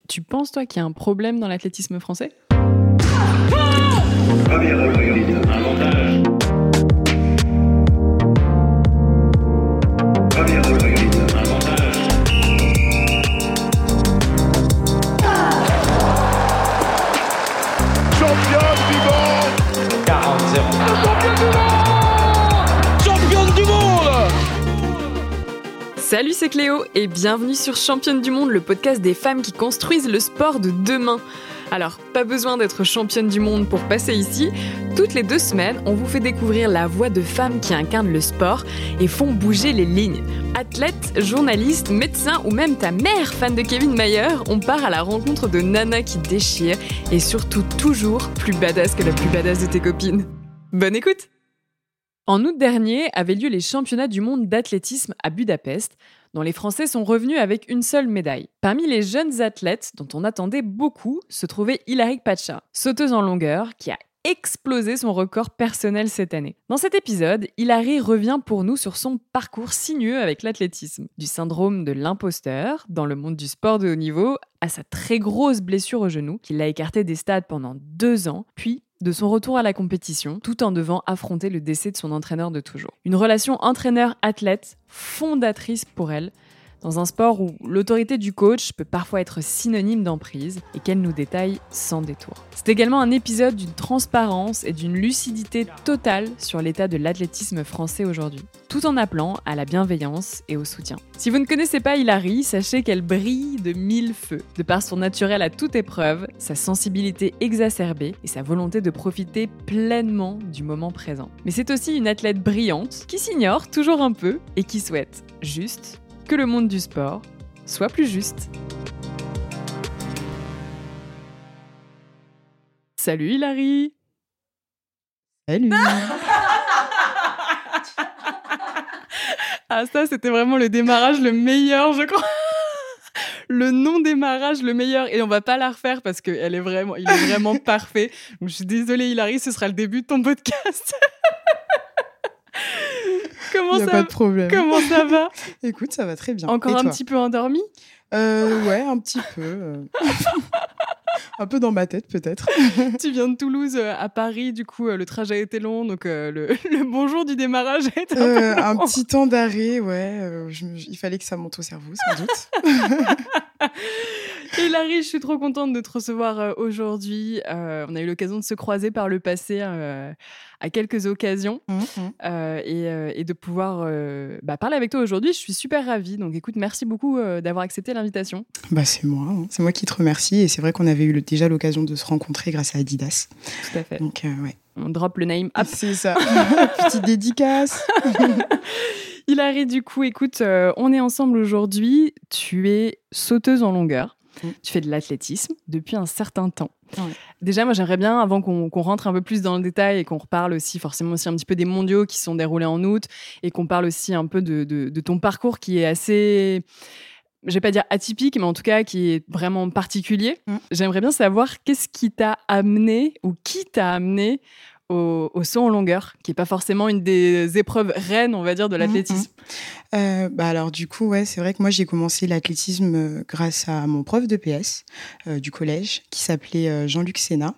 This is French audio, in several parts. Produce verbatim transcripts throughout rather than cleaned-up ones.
Tu penses, toi, qu'il y a un problème dans l'athlétisme français ? Première priorité. Avantage. Première priorité. Avantage. Champion du monde. quarante zéro. Championne du monde. Salut, c'est Cléo et bienvenue sur Championne du monde, le podcast des femmes qui construisent le sport de demain. Alors, pas besoin d'être championne du monde pour passer ici. Toutes les deux semaines, on vous fait découvrir la voix de femmes qui incarnent le sport et font bouger les lignes. Athlètes, journalistes, médecins ou même ta mère, fan de Kevin Mayer, on part à la rencontre de nanas qui déchirent et surtout toujours plus badass que la plus badass de tes copines. Bonne écoute! En août dernier avaient lieu les championnats du monde d'athlétisme à Budapest, dont les Français sont revenus avec une seule médaille. Parmi les jeunes athlètes dont on attendait beaucoup se trouvait Hilary Pacha, sauteuse en longueur qui a explosé son record personnel cette année. Dans cet épisode, Hilary revient pour nous sur son parcours sinueux avec l'athlétisme, du syndrome de l'imposteur dans le monde du sport de haut niveau à sa très grosse blessure au genou qui l'a écarté des stades pendant deux ans, puis de son retour à la compétition, tout en devant affronter le décès de son entraîneur de toujours. Une relation entraîneur-athlète fondatrice pour elle, dans un sport où l'autorité du coach peut parfois être synonyme d'emprise et qu'elle nous détaille sans détour. C'est également un épisode d'une transparence et d'une lucidité totale sur l'état de l'athlétisme français aujourd'hui, tout en appelant à la bienveillance et au soutien. Si vous ne connaissez pas Hilary, sachez qu'elle brille de mille feux, de par son naturel à toute épreuve, sa sensibilité exacerbée et sa volonté de profiter pleinement du moment présent. Mais c'est aussi une athlète brillante qui s'ignore toujours un peu et qui souhaite juste que le monde du sport soit plus juste. Salut Hilary. Salut. Ah ça, c'était vraiment le démarrage le meilleur, je crois. Le non-démarrage le meilleur. Et on va pas la refaire parce qu'il est vraiment, il est vraiment parfait. Donc je suis désolée Hilary, ce sera le début de ton podcast. Comment y a ça pas de problème. Comment ça va? Écoute, ça va très bien. Encore Et un toi? petit peu endormi? Euh, ouais, un petit peu. euh. Un peu dans ma tête, peut-être. Tu viens de Toulouse euh, à Paris, du coup, euh, le trajet a été long, donc euh, le, le bonjour du démarrage a été un Euh, peu un long. petit temps d'arrêt, ouais. euh, je me- il fallait que ça monte au cerveau, sans doute. Hilary, je suis trop contente de te recevoir euh, aujourd'hui. Euh, on a eu l'occasion de se croiser par le passé euh, à quelques occasions Hum, hum. euh, et, euh, et de pouvoir euh, bah, parler avec toi aujourd'hui. Je suis super ravie. Donc écoute, merci beaucoup euh, d'avoir accepté l'invitation. Bah, c'est moi. hein. C'est moi qui te remercie. Et c'est vrai qu'on avait eu le- déjà l'occasion de se rencontrer grâce à Adidas. Tout à fait. Donc, euh, ouais. On drop le name. Hop. C'est ça. Petite dédicace. Hilary, du coup, écoute, euh, on est ensemble aujourd'hui. Tu es sauteuse en longueur. Mm. Tu fais de l'athlétisme depuis un certain temps. Ouais. Déjà, moi, j'aimerais bien, avant qu'on, qu'on rentre un peu plus dans le détail et qu'on reparle aussi, forcément aussi un petit peu des mondiaux qui sont déroulés en août et qu'on parle aussi un peu de, de, de ton parcours qui est assez, je vais pas dire atypique, mais en tout cas qui est vraiment particulier. Mm. J'aimerais bien savoir qu'est-ce qui t'a amené ou qui t'a amené au, au saut en longueur, qui est pas forcément une des épreuves reines, on va dire, de l'athlétisme. Euh, bah alors du coup, ouais, c'est vrai que moi j'ai commencé l'athlétisme euh, grâce à mon prof de P S euh, du collège qui s'appelait euh, Jean-Luc Sénat.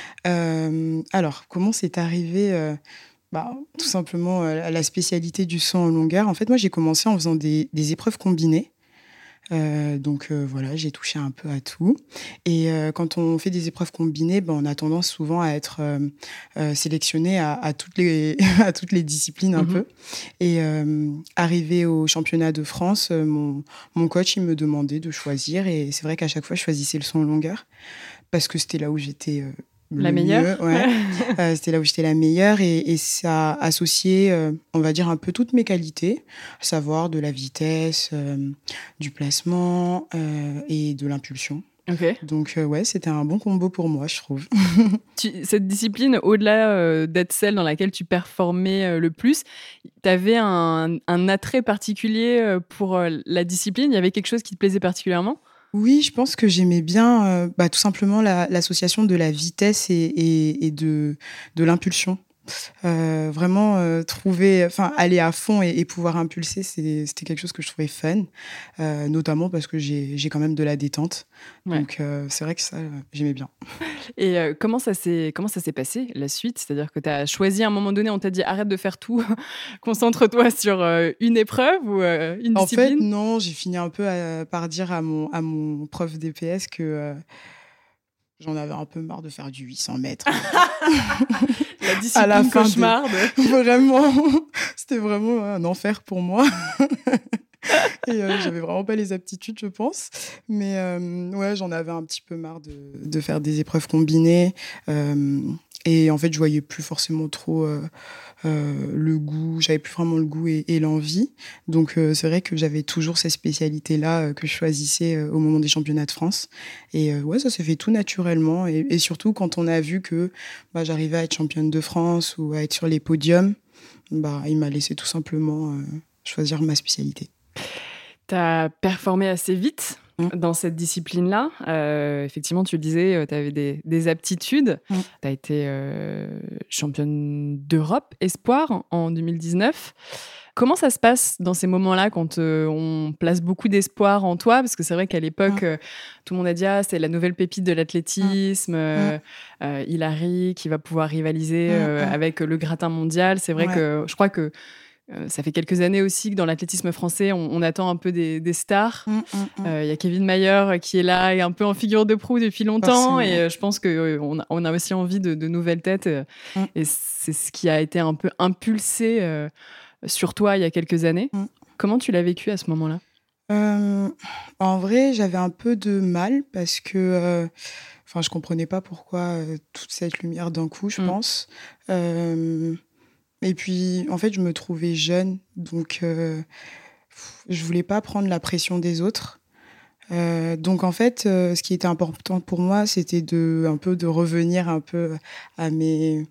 Euh, alors, comment c'est arrivé euh, bah, tout simplement euh, à la spécialité du saut en longueur. En fait, moi j'ai commencé en faisant des, des épreuves combinées. Euh, donc euh, voilà, j'ai touché un peu à tout. Et euh, quand on fait des épreuves combinées, ben, on a tendance souvent à être euh, euh, sélectionné à, à, toutes les, à toutes les disciplines un Mhm. peu. Et euh, arrivé au championnat de France, euh, mon, mon coach il me demandait de choisir. Et c'est vrai qu'à chaque fois, je choisissais le saut en longueur parce que c'était là où j'étais euh, le La meilleure. mieux, ouais. Euh, c'était là où j'étais la meilleure et, et ça associait, euh, on va dire, un peu toutes mes qualités, à savoir de la vitesse, euh, du placement euh, et de l'impulsion. Ok. Donc, euh, ouais, c'était un bon combo pour moi, je trouve. Tu- cette discipline, au-delà euh, d'être celle dans laquelle tu performais euh, le plus, tu avais un, un attrait particulier euh, pour euh, la discipline? Il y avait quelque chose qui te plaisait particulièrement? Oui, je pense que j'aimais bien euh, bah, tout simplement la- l'association de la vitesse et, et, et de, de l'impulsion. Euh, vraiment euh, trouver, enfin aller à fond et, et pouvoir impulser, c'est, c'était quelque chose que je trouvais fun, euh, notamment parce que j'ai, j'ai quand même de la détente. Ouais. Donc euh, c'est vrai que ça, euh, j'aimais bien. Et euh, comment ça s'est comment ça s'est passé la suite? C'est-à-dire que tu as choisi à un moment donné, on t'a dit arrête de faire tout, concentre-toi sur euh, une épreuve ou euh, une En discipline? fait, non, j'ai fini un peu à- par dire à mon, à mon prof D P S que euh, j'en avais un peu marre de faire du huit cents mètres. La À discipline la fin des- cauchemarde. Vraiment, c'était vraiment un enfer pour moi. Et euh, j'avais vraiment pas les aptitudes, je pense. Mais euh, ouais, j'en avais un petit peu marre de, de faire des épreuves combinées. Euh, et en fait, je voyais plus forcément trop euh, euh, le goût. J'avais plus vraiment le goût et, et l'envie. Donc euh, c'est vrai que j'avais toujours ces spécialités-là euh, que je choisissais euh, au moment des championnats de France. Et euh, ouais, ça s'est fait tout naturellement. Et, et surtout quand on a vu que bah, j'arrivais à être championne de France ou à être sur les podiums, bah, il m'a laissé tout simplement euh, choisir ma spécialité. Tu as performé assez vite Mm. dans cette discipline-là. Euh, effectivement, tu le disais, tu avais des, des aptitudes. Mm. Tu as été euh, championne d'Europe espoir en deux mille dix-neuf. Comment ça se passe dans ces moments-là quand euh, on place beaucoup d'espoir en toi? Parce que c'est vrai qu'à l'époque, Mm. euh, tout le monde a dit ah, c'est la nouvelle pépite de l'athlétisme, euh, euh, Hilary qui va pouvoir rivaliser Mm, euh, mm. avec le gratin mondial. C'est vrai Ouais. que je crois que euh, ça fait quelques années aussi que dans l'athlétisme français, on, on attend un peu des, des stars. Mm, mm, Il mm. euh, y a Kevin Mayer qui est là et un peu en figure de proue depuis longtemps. Forcément. Et euh, je pense qu'on euh, on a, on a aussi envie de, de nouvelles têtes. euh, Mm. Et c'est ce qui a été un peu impulsé euh, sur toi il y a quelques années. Mm. Comment tu l'as vécu à ce moment-là? Euh, en vrai, j'avais un peu de mal parce que euh, enfin, je comprenais pas pourquoi euh, toute cette lumière d'un coup, je Mm. pense. Euh, et puis, en fait, je me trouvais jeune, donc euh, pff, je voulais pas prendre la pression des autres. Euh, donc, en fait, euh, ce qui était important pour moi, c'était de un peu de revenir un peu à mes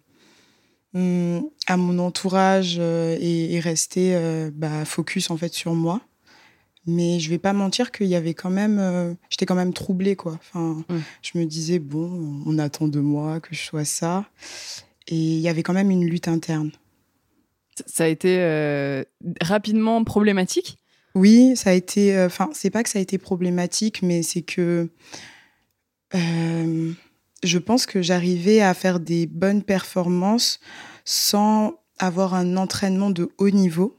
hum, à mon entourage euh, et, et rester euh, bah, focus en fait sur moi. Mais je vais pas mentir qu'il y avait quand même, euh, j'étais quand même troublée quoi. Enfin, Mm. je me disais bon, on attend de moi que je sois ça, et il y avait quand même une lutte interne. Ça a été euh, rapidement problématique. Oui, ça a été, enfin, c'est pas que ça a été problématique, mais c'est que euh, je pense que j'arrivais à faire des bonnes performances sans avoir un entraînement de haut niveau.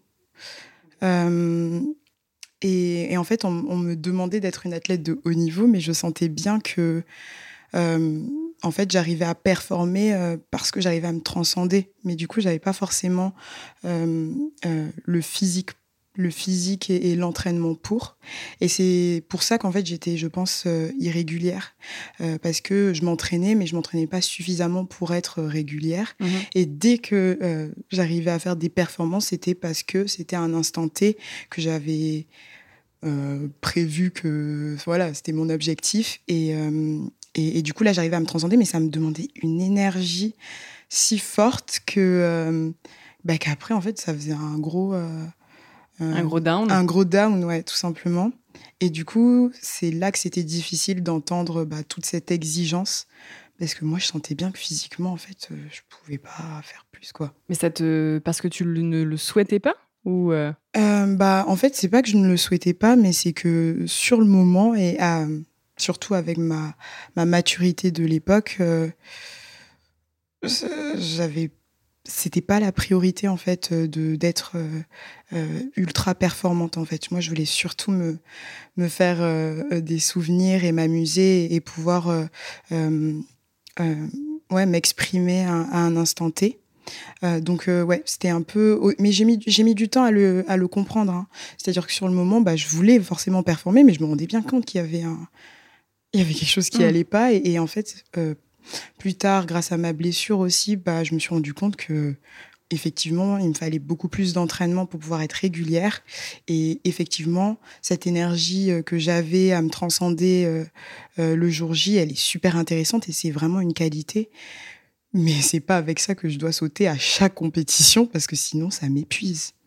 Euh, Et, et en fait, on, on me demandait d'être une athlète de haut niveau, mais je sentais bien que, euh, en fait, j'arrivais à performer euh, parce que j'arrivais à me transcender. Mais du coup, j'avais pas forcément euh, euh, le physique, le physique et, et l'entraînement pour. Et c'est pour ça qu'en fait, j'étais, je pense, euh, irrégulière euh, parce que je m'entraînais, mais je m'entraînais pas suffisamment pour être régulière. Mhm. Et dès que euh, j'arrivais à faire des performances, c'était parce que c'était un instant T que j'avais euh, prévu que voilà, c'était mon objectif. Et, euh, et, et du coup, là, j'arrivais à me transcender, mais ça me demandait une énergie si forte que euh, bah, qu'après, en fait, ça faisait un gros, euh, euh, Un gros down. un gros down, ouais, tout simplement. Et du coup, c'est là que c'était difficile d'entendre bah, toute cette exigence. Parce que moi, je sentais bien que physiquement, en fait, euh, je pouvais pas faire plus, quoi. Mais ça te... parce que tu le- ne le souhaitais pas ou euh, Euh, bah, en fait, c'est pas que je ne le souhaitais pas, mais c'est que sur le moment, et à- surtout avec ma, ma maturité de l'époque, euh, j'avais, c'était pas la priorité, en fait, euh, de, d'être euh, euh, ultra performante, en fait. Moi, je voulais surtout me, me faire euh, des souvenirs et m'amuser et pouvoir euh, euh, euh, ouais, m'exprimer à, à un instant T. Euh, donc euh, ouais, c'était un peu, mais j'ai mis j'ai mis du temps à le à le comprendre. Hein. C'est-à-dire que sur le moment, bah je voulais forcément performer, mais je me rendais bien compte qu'il y avait un il y avait quelque chose qui Mm. allait pas. Et, et en fait, euh, plus tard, grâce à ma blessure aussi, bah je me suis rendu compte que effectivement, il me fallait beaucoup plus d'entraînement pour pouvoir être régulière. Et effectivement, cette énergie euh, que j'avais à me transcender euh, euh, le jour J, elle est super intéressante et c'est vraiment une qualité. Mais c'est pas avec ça que je dois sauter à chaque compétition parce que sinon ça m'épuise.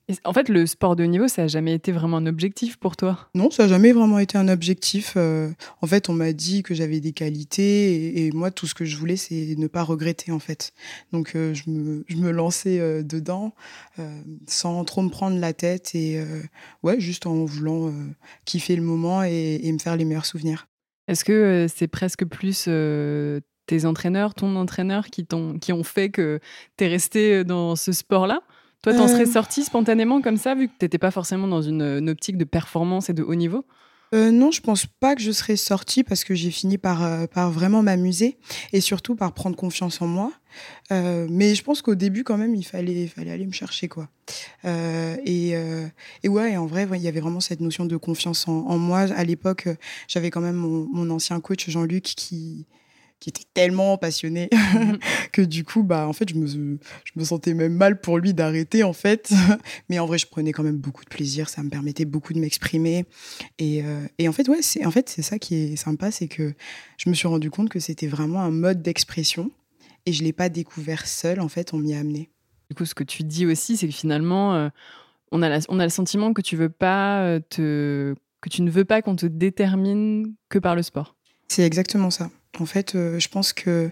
Et en fait, le sport de haut niveau, ça n'a jamais été vraiment un objectif pour toi? Non, ça n'a jamais vraiment été un objectif. Euh, en fait, on m'a dit que j'avais des qualités et, et moi, tout ce que je voulais, c'est ne pas regretter, en fait. Donc, euh, je, me, je me lançais euh, dedans euh, sans trop me prendre la tête et euh, ouais, juste en voulant euh, kiffer le moment et, et me faire les meilleurs souvenirs. Est-ce que euh, c'est presque plus euh, tes entraîneurs, ton entraîneur qui, t'ont, qui ont fait que tu es resté dans ce sport-là? Toi, t'en serais Euh, sortie spontanément comme ça, vu que t'étais pas forcément dans une, une optique de performance et de haut niveau? Euh, non, je pense pas que je serais sortie parce que j'ai fini par, euh, par vraiment m'amuser et surtout par prendre confiance en moi. Euh, mais je pense qu'au début, quand même, il fallait, il fallait aller me chercher, quoi. Euh, et, euh, et ouais, et en vrai, ouais, il y avait vraiment cette notion de confiance en, en moi. À l'époque, euh, j'avais quand même mon, mon ancien coach, Jean-Luc, qui, qui était tellement passionné Mhm. que du coup, bah, en fait, je me, je me sentais même mal pour lui d'arrêter, en fait. Mais en vrai, je prenais quand même beaucoup de plaisir. Ça me permettait beaucoup de m'exprimer. Et, euh, et en fait, ouais, c'est, en fait, c'est ça qui est sympa, c'est que je me suis rendu compte que c'était vraiment un mode d'expression. Et je ne l'ai pas découvert seule, en fait, on m'y a amené. Du coup, ce que tu dis aussi, c'est que finalement, euh, on, a la- on a le sentiment que tu veux pas euh, te, que tu ne veux pas qu'on te détermine que par le sport. C'est exactement ça. En fait, euh, je pense que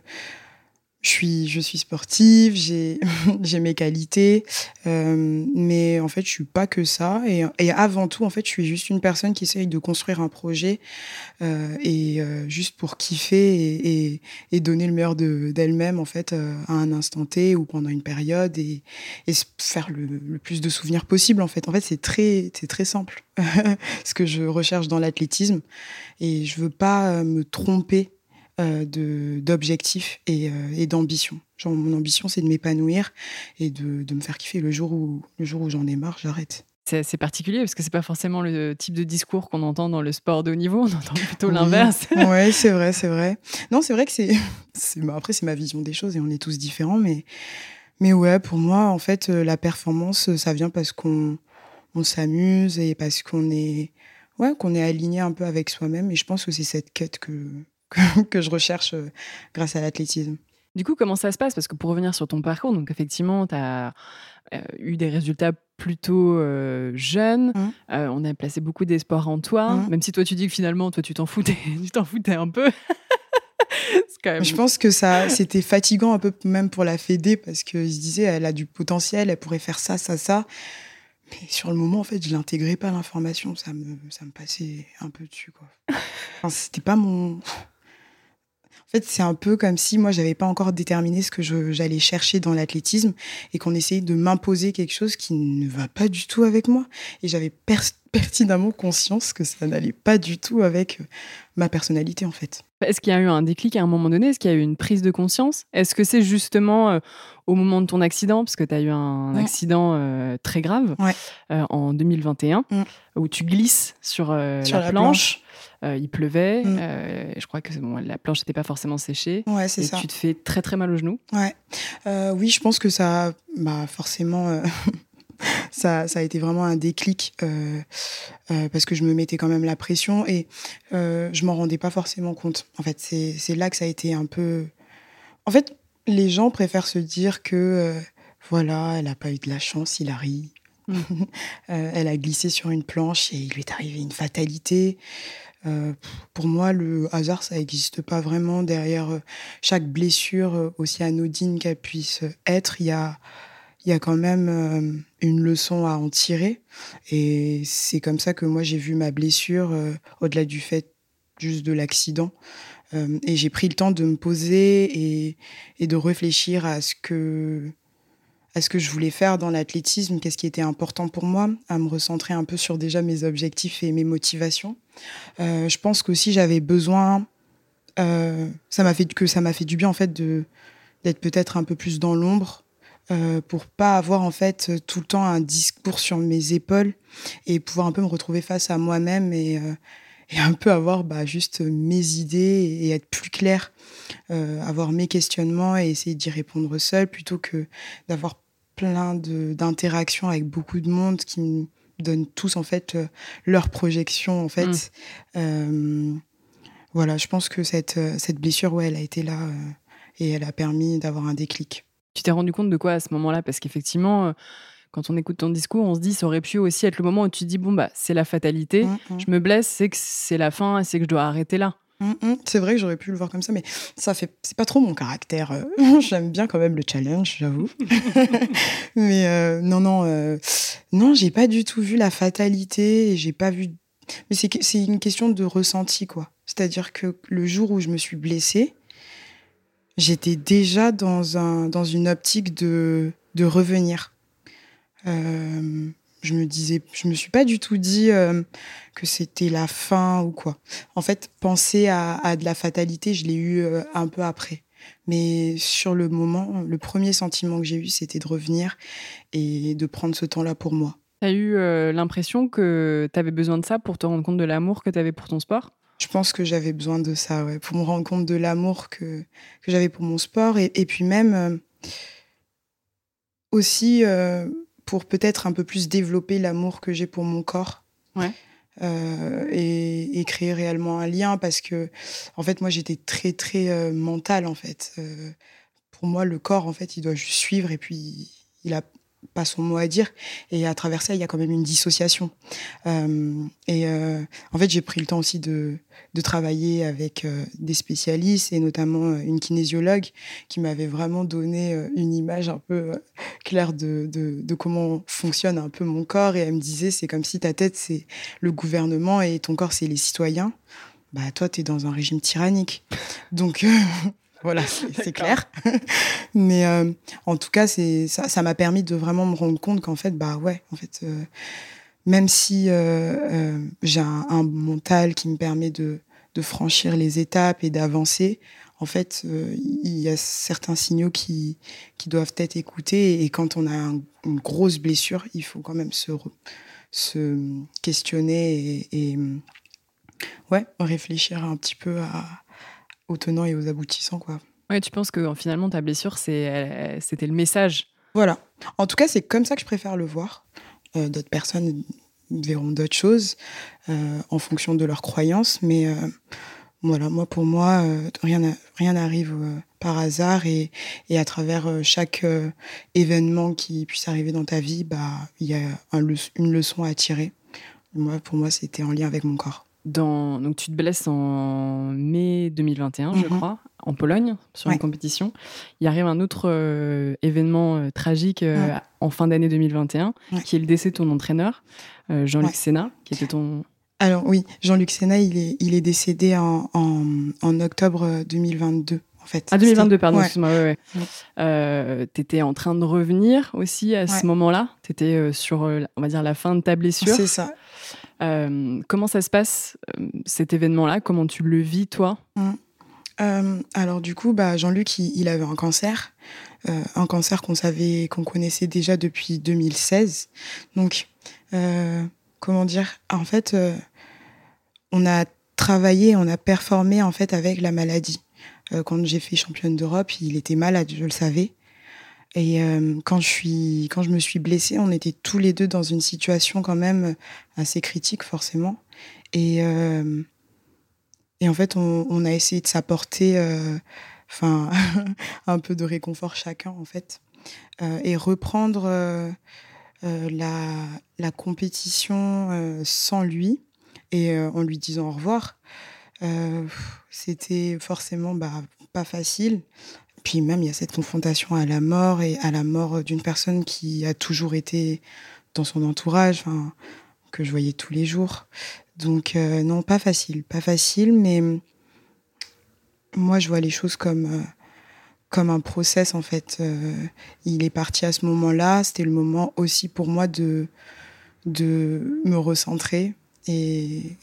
Je suis, je suis sportive, j'ai, j'ai mes qualités, euh, mais en fait, je suis pas que ça. Et, et avant tout, en fait, je suis juste une personne qui essaye de construire un projet euh, et euh, juste pour kiffer et, et, et donner le meilleur de, d'elle-même, en fait, euh, à un instant T ou pendant une période et, et se faire le, le plus de souvenirs possible, en fait. En fait, c'est très, c'est très simple, ce que je recherche dans l'athlétisme. Et je veux pas euh, me tromper euh, de, d'objectifs et, euh, et d'ambition. Genre, mon ambition, c'est de m'épanouir et de, de me faire kiffer. Le jour où, le jour où j'en ai marre, j'arrête. C'est assez particulier parce que c'est pas forcément le type de discours qu'on entend dans le sport de haut niveau. On entend plutôt Oui. l'inverse. Ouais, c'est vrai, c'est vrai. Non, c'est vrai que c'est, c'est... bah, après, c'est ma vision des choses et on est tous différents. Mais, mais ouais, pour moi, en fait, euh, la performance, ça vient parce qu'on on s'amuse et parce qu'on est, ouais, qu'on est aligné un peu avec soi-même. Et je pense que c'est cette quête que, que, que je recherche euh, grâce à l'athlétisme. Du coup, comment ça se passe? Parce que pour revenir sur ton parcours, donc effectivement, tu as euh, eu des résultats plutôt euh, jeunes. Mmh. Euh, on a placé beaucoup d'espoir en toi, Mmh. même si toi tu dis que finalement, toi tu t'en foutais, tu t'en foutais un peu. C'est quand même... Je pense que ça, c'était fatigant un peu même pour la Fédé parce qu'ils se disaient elle a du potentiel, elle pourrait faire ça, ça, ça. Mais sur le moment, en fait, je l'intégrais pas l'information, ça me, ça me passait un peu dessus, quoi. Enfin, c'était pas mon. En fait, c'est un peu comme si moi, j'avais pas encore déterminé ce que je, j'allais chercher dans l'athlétisme et qu'on essayait de m'imposer quelque chose qui ne va pas du tout avec moi. Et j'avais per- pertinemment conscience que ça n'allait pas du tout avec euh, ma personnalité, en fait. Est-ce qu'il y a eu un déclic à un moment donné? Est-ce qu'il y a eu une prise de conscience? Est-ce que c'est justement euh, au moment de ton accident, parce que tu as eu un Ouais. accident euh, très grave Ouais. euh, en deux mille vingt et un, Mm. où tu glisses sur, euh, Sur la, la planche, Euh, il pleuvait, Mm. euh, je crois que bon, la planche n'était pas forcément séchée, Ouais, c'est et ça. tu te fais très très mal au genou. Ouais. Euh, oui, je pense que ça, bah, forcément, euh, ça, ça a été vraiment un déclic euh, euh, parce que je me mettais quand même la pression et euh, je m'en rendais pas forcément compte. En fait, c'est, c'est là que ça a été un peu. En fait, les gens préfèrent se dire que euh, voilà, elle a pas eu de la chance, il arrive. Mm. Euh, elle a glissé sur une planche et il lui est arrivé une fatalité. Euh, pour moi, le hasard, ça n'existe pas vraiment. Derrière euh, chaque blessure, euh, aussi anodine qu'elle puisse être, il y a, il y a quand même euh, une leçon à en tirer. Et c'est comme ça que moi, j'ai vu ma blessure, euh, au-delà du fait juste de l'accident. Euh, et j'ai pris le temps de me poser et, et de réfléchir à ce que à ce que je voulais faire dans l'athlétisme, qu'est-ce qui était important pour moi, à me recentrer un peu sur déjà mes objectifs et mes motivations. Euh, je pense qu'aussi j'avais besoin, euh, ça m'a fait que ça m'a fait du bien en fait de d'être peut-être un peu plus dans l'ombre euh, pour pas avoir en fait tout le temps un discours sur mes épaules et pouvoir un peu me retrouver face à moi-même et euh, et un peu avoir bah, juste mes idées et être plus clair, euh, avoir mes questionnements et essayer d'y répondre seule plutôt que d'avoir plein de, d'interactions avec beaucoup de monde qui me donnent tous en fait euh, leurs projections en fait. Mm. Euh, voilà, je pense que cette, euh, cette blessure, ouais, elle a été là euh, et elle a permis d'avoir un déclic. Tu t'es rendu compte de quoi à ce moment-là? Parce qu'effectivement, euh, quand on écoute ton discours, on se dit ça aurait pu aussi être le moment où tu te dis bon bah c'est la fatalité, Mmh, mmh. je me blesse, c'est que c'est la fin et c'est que je dois arrêter là. Mmh, mmh. C'est vrai que j'aurais pu le voir comme ça, mais ça fait, c'est pas trop mon caractère. euh. J'aime bien quand même le challenge, j'avoue. mais euh, non, non, euh, non, j'ai pas du tout vu la fatalité et j'ai pas vu. Mais c'est, que- c'est une question de ressenti, quoi. C'est-à-dire que le jour où je me suis blessée, j'étais déjà dans un, dans une optique de, de revenir. Euh, je me disais, je me suis pas du tout dit euh, que c'était la fin ou quoi. En fait, penser à, à de la fatalité, je l'ai eu euh, un peu après. Mais sur le moment, le premier sentiment que j'ai eu, c'était de revenir et de prendre ce temps-là pour moi. T'as eu euh, l'impression que t'avais besoin de ça pour te rendre compte de l'amour que t'avais pour ton sport? Je pense que j'avais besoin de ça, ouais, pour me rendre compte de l'amour que, que j'avais pour mon sport et, et puis même euh, aussi euh, pour peut-être un peu plus développer l'amour que j'ai pour mon corps. Ouais. Euh, et, et créer réellement un lien parce que en fait moi j'étais très très euh, mentale en fait. Euh, pour moi le corps en fait il doit juste suivre et puis il a pas son mot à dire et à travers ça il y a quand même une dissociation euh, et euh, en fait j'ai pris le temps aussi de, de travailler avec euh, des spécialistes et notamment euh, une kinésiologue qui m'avait vraiment donné euh, une image un peu euh, claire de, de, de comment fonctionne un peu mon corps et elle me disait c'est comme si ta tête c'est le gouvernement et ton corps c'est les citoyens. Bah toi t'es dans un régime tyrannique donc euh, voilà, c'est, c'est clair. Mais euh, en tout cas, c'est, ça, ça m'a permis de vraiment me rendre compte qu'en fait, bah ouais, en fait, euh, même si euh, euh, j'ai un, un mental qui me permet de, de franchir les étapes et d'avancer, en fait, euh, il y a certains signaux qui, qui doivent être écoutés. Et quand on a un, une grosse blessure, il faut quand même se, re, se questionner et, et ouais, réfléchir un petit peu à aux tenants et aux aboutissants, quoi. Ouais, tu penses que finalement ta blessure, c'est, elle- c'était le message. Voilà. En tout cas, c'est comme ça que je préfère le voir. Euh, d'autres personnes verront d'autres choses euh, en fonction de leurs croyances, mais euh, voilà, moi pour moi, euh, rien n'a- rien n'arrive euh, par hasard et, et à travers euh, chaque euh, événement qui puisse arriver dans ta vie, bah il y a un le- une leçon à tirer. Moi, pour moi, c'était en lien avec mon corps. Dans... Donc, tu te blesses en mai deux mille vingt et un, je Mhm. crois, en Pologne, sur Ouais. une compétition. Il arrive un autre euh, événement euh, tragique euh, Ouais. en fin d'année deux mille vingt et un, Ouais. qui est le décès de ton entraîneur, euh, Jean-Luc Ouais. Sénat, qui était ton... Alors oui, Jean-Luc Sénat, il est, il est décédé en, en, en octobre deux mille vingt-deux, en fait. Ah, deux mille vingt-deux, C'était- pardon, ouais. excuse-moi. Ouais, ouais. Ouais. Euh, t'étais en train de revenir aussi à ce Ouais. moment-là. T'étais euh, sur, euh, on va dire, la fin de ta blessure. C'est ça. Euh, comment ça se passe, euh, cet événement-là? Comment tu le vis, toi? Euh, alors du coup, bah, Jean-Luc, il, il avait un cancer, euh, un cancer qu'on savait, qu'on connaissait déjà depuis deux mille seize. Donc, euh, comment dire, en fait, euh, on a travaillé, on a performé en fait avec la maladie. Euh, quand j'ai fait championne d'Europe, il était malade, je le savais. Et euh, quand je suis, quand je me suis blessée, on était tous les deux dans une situation quand même assez critique, forcément. Et euh, Et en fait, on, on a essayé de s'apporter euh, enfin, un peu de réconfort chacun, en fait. Euh, et reprendre euh, euh, la, la compétition euh, sans lui et euh, en lui disant au revoir. Euh, c'était forcément bah, pas facile. Puis même, il y a cette confrontation à la mort et à la mort d'une personne qui a toujours été dans son entourage, enfin, que je voyais tous les jours. Donc euh, non, pas facile, pas facile, mais moi je vois les choses comme euh, comme un process en fait. Euh, il est parti à ce moment-là, c'était le moment aussi pour moi de de me recentrer et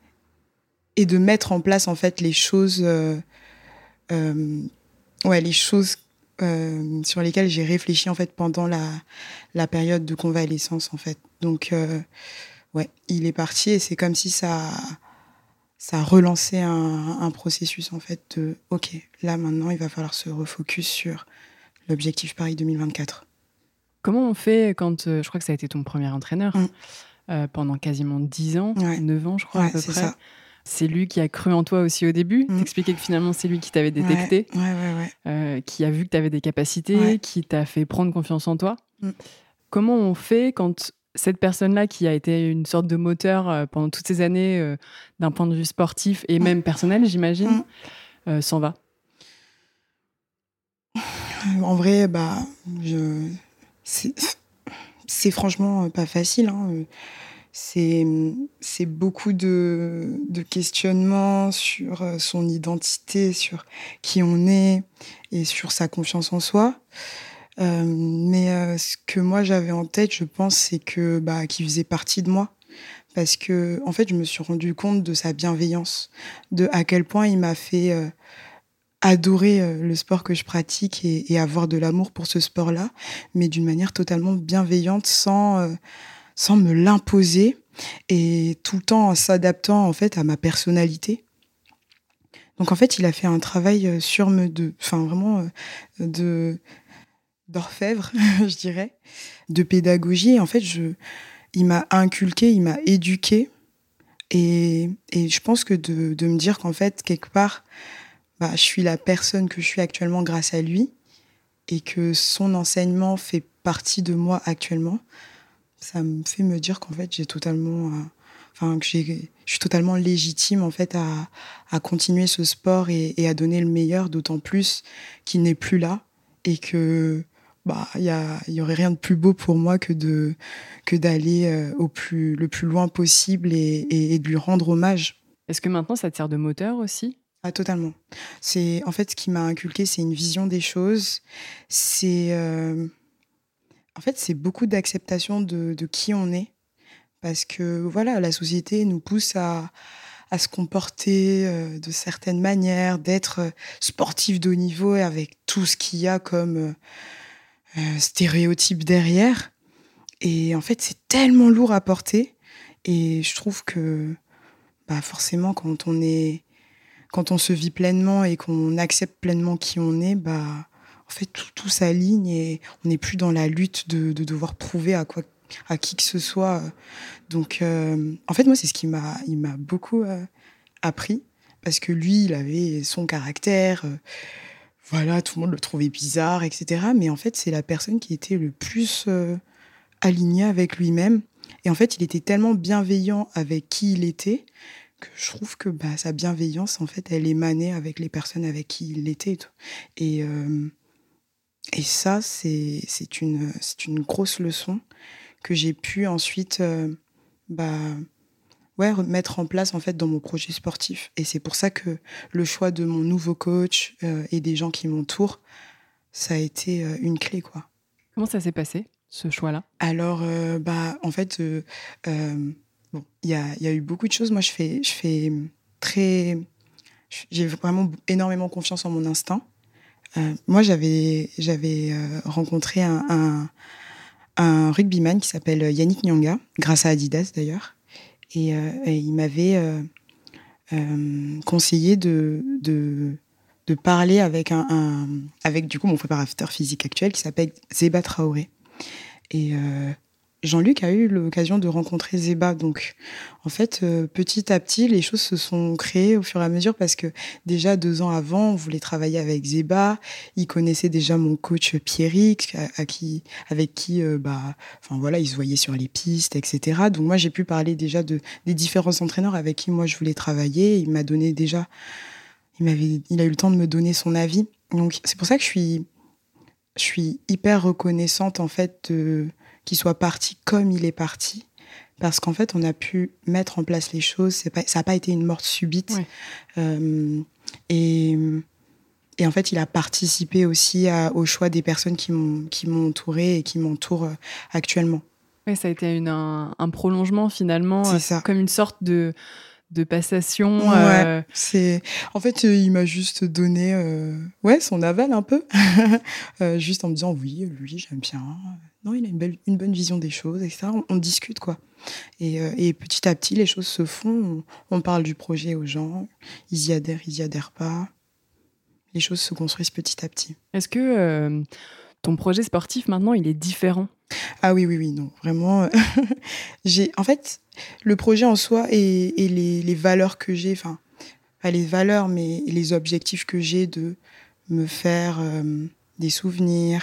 et de mettre en place en fait les choses, euh, euh, ouais, les choses euh, sur lesquelles j'ai réfléchi en fait pendant la la période de convalescence en fait. Donc euh, ouais, il est parti et c'est comme si ça, ça a relancé un, un processus en fait de ok, là maintenant il va falloir se refocus sur l'objectif Paris deux mille vingt-quatre. Comment on fait quand, euh, je crois que ça a été ton premier entraîneur, Mm. euh, pendant quasiment dix ans, Ouais. neuf ans je crois à Ouais, peu c'est près. ça. C'est lui qui a cru en toi aussi au début. Mm. T'expliquais que finalement c'est lui qui t'avait détecté, Ouais, ouais, ouais. ouais. euh, qui a vu que t'avais des capacités, Ouais. qui t'a fait prendre confiance en toi. Mm. comment on fait quand cette personne-là, qui a été une sorte de moteur euh, pendant toutes ces années, euh, d'un point de vue sportif et même personnel, j'imagine, Mmh. euh, s'en va? En vrai, bah, je... c'est... c'est franchement pas facile, hein. C'est, c'est beaucoup de, de questionnements sur son identité, sur qui on est et sur sa confiance en soi. Euh, mais euh, ce que moi j'avais en tête, je pense, c'est que bah, qu'il faisait partie de moi. Parce que, en fait, je me suis rendu compte de sa bienveillance, de à quel point il m'a fait euh, adorer euh, le sport que je pratique et, et avoir de l'amour pour ce sport-là, mais d'une manière totalement bienveillante, sans, euh, sans me l'imposer et tout le temps en s'adaptant en fait à ma personnalité. Donc en fait, il a fait un travail sur me de, enfin vraiment euh, de d'orfèvre, je dirais, de pédagogie. Et en fait, je, il m'a inculqué, il m'a éduqué, et, et je pense que de, de me dire qu'en fait quelque part, bah, je suis la personne que je suis actuellement grâce à lui, et que son enseignement fait partie de moi actuellement. Ça me fait me dire qu'en fait, j'ai totalement, euh, enfin, que j'ai, je suis totalement légitime en fait à, à continuer ce sport et, et à donner le meilleur, d'autant plus qu'il n'est plus là et que bah il y a, il y aurait rien de plus beau pour moi que de que d'aller euh, au plus le plus loin possible et, et, et de lui rendre hommage. Est-ce que maintenant ça te sert de moteur aussi? Ah, totalement. C'est en fait ce qui m'a inculqué, c'est une vision des choses. C'est euh, En fait, c'est beaucoup d'acceptation de, de qui on est. Parce que voilà, la société nous pousse à, à se comporter euh, de certaines manières, d'être euh, sportif de haut niveau et avec tout ce qu'il y a comme euh, euh, stéréotypes derrière. Et en fait, c'est tellement lourd à porter. Et je trouve que bah, forcément, quand on est, quand on se vit pleinement et qu'on accepte pleinement qui on est, bah, en fait, tout, tout s'aligne et on n'est plus dans la lutte de, de devoir prouver à quoi à qui que ce soit. Donc, euh, en fait, moi, c'est ce qui m'a, il m'a beaucoup euh, appris, parce que lui, il avait son caractère, euh, voilà, tout le monde le trouvait bizarre, et cetera. Mais en fait, c'est la personne qui était le plus euh, alignée avec lui-même. Et en fait, il était tellement bienveillant avec qui il était que je trouve que bah, sa bienveillance, en fait, elle émanait avec les personnes avec qui il était. Et, tout. et, euh, et ça, c'est, c'est, une, c'est une grosse leçon que j'ai pu ensuite euh, bah, ouais, mettre en place en fait, dans mon projet sportif. Et c'est pour ça que le choix de mon nouveau coach euh, et des gens qui m'entourent, ça a été euh, une clé, quoi. Comment ça s'est passé, ce choix-là? Alors, euh, bah, en fait, euh, euh, bon, il y a, y a eu beaucoup de choses. Moi, je fais, je fais très... J'ai vraiment énormément confiance en mon instinct. Euh, moi, j'avais, j'avais euh, rencontré un... un un rugbyman qui s'appelle Yannick Nyanga, grâce à Adidas d'ailleurs. Et, euh, et il m'avait euh, euh, conseillé de, de, de parler avec, un, un, avec du coup mon préparateur physique actuel qui s'appelle Zeba Traoré. Et euh, Jean-Luc a eu l'occasion de rencontrer Zeba. Donc, en fait, euh, petit à petit, les choses se sont créées au fur et à mesure parce que déjà deux ans avant, on voulait travailler avec Zeba. Il connaissait déjà mon coach Pierrick, à, à qui, avec qui, euh, bah, enfin voilà, il se voyait sur les pistes, et cetera. Donc moi, j'ai pu parler déjà de des différents entraîneurs avec qui moi je voulais travailler. Il m'a donné déjà, il m'avait, il a eu le temps de me donner son avis. Donc c'est pour ça que je suis, je suis hyper reconnaissante en fait de qu'il soit parti comme il est parti, parce qu'en fait, on a pu mettre en place les choses. C'est pas, ça n'a pas été une mort subite. Ouais. Euh, et, et en fait, il a participé aussi à, au choix des personnes qui m'ont, qui m'ont entourée et qui m'entourent actuellement. Oui, ça a été une, un, un prolongement finalement, C'est ça. Comme une sorte de, de passation. Ouais, euh... c'est... En fait, euh, il m'a juste donné euh... ouais, son aval un peu, euh, juste en me disant oui, lui, j'aime bien. Non, il a une, belle, une bonne vision des choses, et cetera. On, on discute, quoi. Et, euh, et petit à petit, les choses se font. On, on parle du projet aux gens. Ils y adhèrent, ils y adhèrent pas. Les choses se construisent petit à petit. Est-ce que euh, ton projet sportif, maintenant, il est différent? Ah oui, oui, oui, non. Vraiment, euh, j'ai... En fait, le projet en soi et, et les, les valeurs que j'ai, enfin, pas les valeurs, mais les objectifs que j'ai de me faire... Euh, des souvenirs,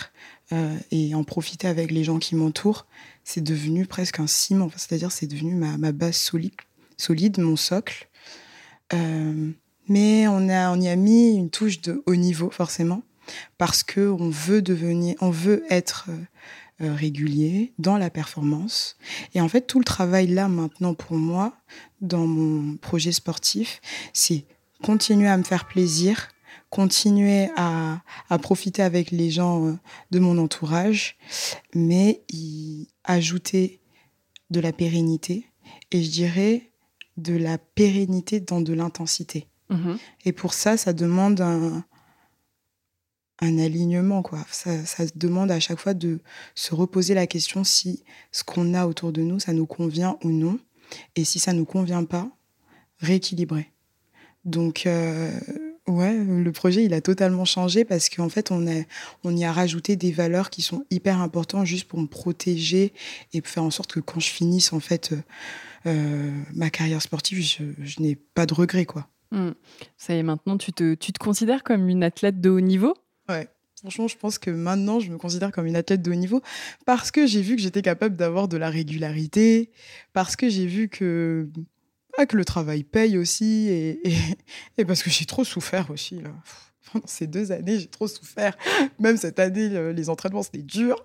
euh, et en profiter avec les gens qui m'entourent, c'est devenu presque un ciment. Enfin, c'est-à-dire, c'est devenu ma, ma base solide, solide, mon socle. Euh, mais on, a, on y a mis une touche de haut niveau, forcément, parce qu'on veut devenir, on veut être euh, régulier dans la performance. Et en fait, tout le travail là, maintenant, pour moi, dans mon projet sportif, c'est continuer à me faire plaisir, continuer à, à profiter avec les gens de mon entourage, mais y ajouter de la pérennité, et je dirais de la pérennité dans de l'intensité. Mmh. Et pour ça, ça demande un, un alignement, quoi. Ça, ça demande à chaque fois de se reposer la question si ce qu'on a autour de nous, ça nous convient ou non. Et si ça ne nous convient pas, rééquilibrer. Donc, euh, ouais, le projet, il a totalement changé parce qu'en fait, on, a, on y a rajouté des valeurs qui sont hyper importantes juste pour me protéger et faire en sorte que quand je finisse, en fait, euh, ma carrière sportive, je, je n'ai pas de regrets, quoi. Mmh. Ça y est, maintenant, tu te, tu te considères comme une athlète de haut niveau ? Ouais. Franchement, je pense que maintenant, je me considère comme une athlète de haut niveau parce que j'ai vu que j'étais capable d'avoir de la régularité, parce que j'ai vu que... Ah, que le travail paye aussi, et, et, et parce que j'ai trop souffert aussi, là. Pendant ces deux années, j'ai trop souffert. Même cette année, les entraînements, c'était dur.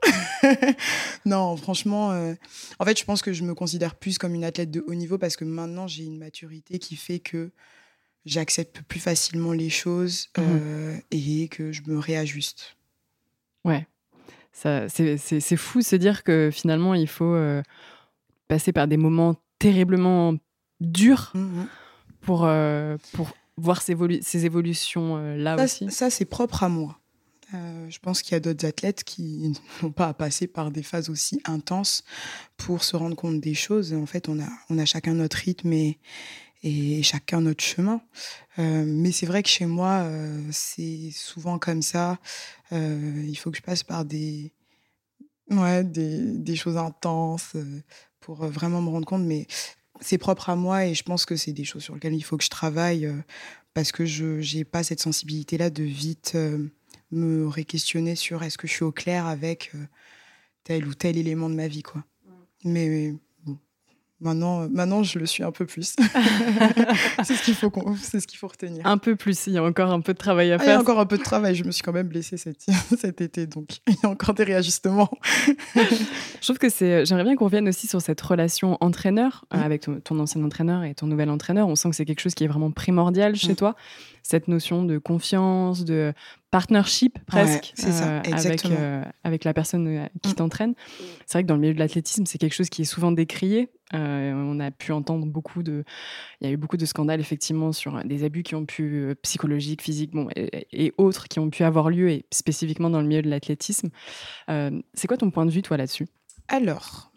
Non, franchement, euh, en fait, je pense que je me considère plus comme une athlète de haut niveau parce que maintenant, j'ai une maturité qui fait que j'accepte plus facilement les choses euh, mmh. et que je me réajuste. Ouais, ça, c'est, c'est, c'est fou de se dire que finalement, il faut euh, passer par des moments terriblement dur mmh. pour, euh, pour voir ces, volu- ces évolutions-là ça, aussi. Ça, c'est propre à moi. Euh, je pense qu'il y a d'autres athlètes qui n'ont pas à passer par des phases aussi intenses pour se rendre compte des choses. En fait, on a, on a chacun notre rythme et, et chacun notre chemin. Euh, mais c'est vrai que chez moi, euh, c'est souvent comme ça. Euh, il faut que je passe par des, ouais, des, des choses intenses euh, pour vraiment me rendre compte. Mais c'est propre à moi et je pense que c'est des choses sur lesquelles il faut que je travaille euh, parce que je n'ai pas cette sensibilité-là de vite euh, me réquestionner sur est-ce que je suis au clair avec euh, tel ou tel élément de ma vie, quoi. Mais, mais bon, maintenant, maintenant, je le suis un peu plus. c'est, ce qu'il faut qu'on, c'est ce qu'il faut retenir. Un peu plus, il y a encore un peu de travail à ah, faire. Il y a encore un peu de travail, je me suis quand même blessée cet, cet été, donc il y a encore des réajustements. Je trouve que c'est... J'aimerais bien qu'on revienne aussi sur cette relation entraîneur mmh. euh, avec ton, ton ancien entraîneur et ton nouvel entraîneur. On sent que c'est quelque chose qui est vraiment primordial chez mmh. toi, cette notion de confiance, de partnership presque, ouais, c'est ça, euh, avec, euh, avec la personne qui mmh. t'entraîne. C'est vrai que dans le milieu de l'athlétisme, c'est quelque chose qui est souvent décrié. Euh, on a pu entendre beaucoup de... Il y a eu beaucoup de scandales, effectivement, sur des abus qui ont pu, euh, psychologiques, physiques, bon, et, et autres, qui ont pu avoir lieu, et spécifiquement dans le milieu de l'athlétisme. Euh, c'est quoi ton point de vue, toi, là-dessus ? Alors,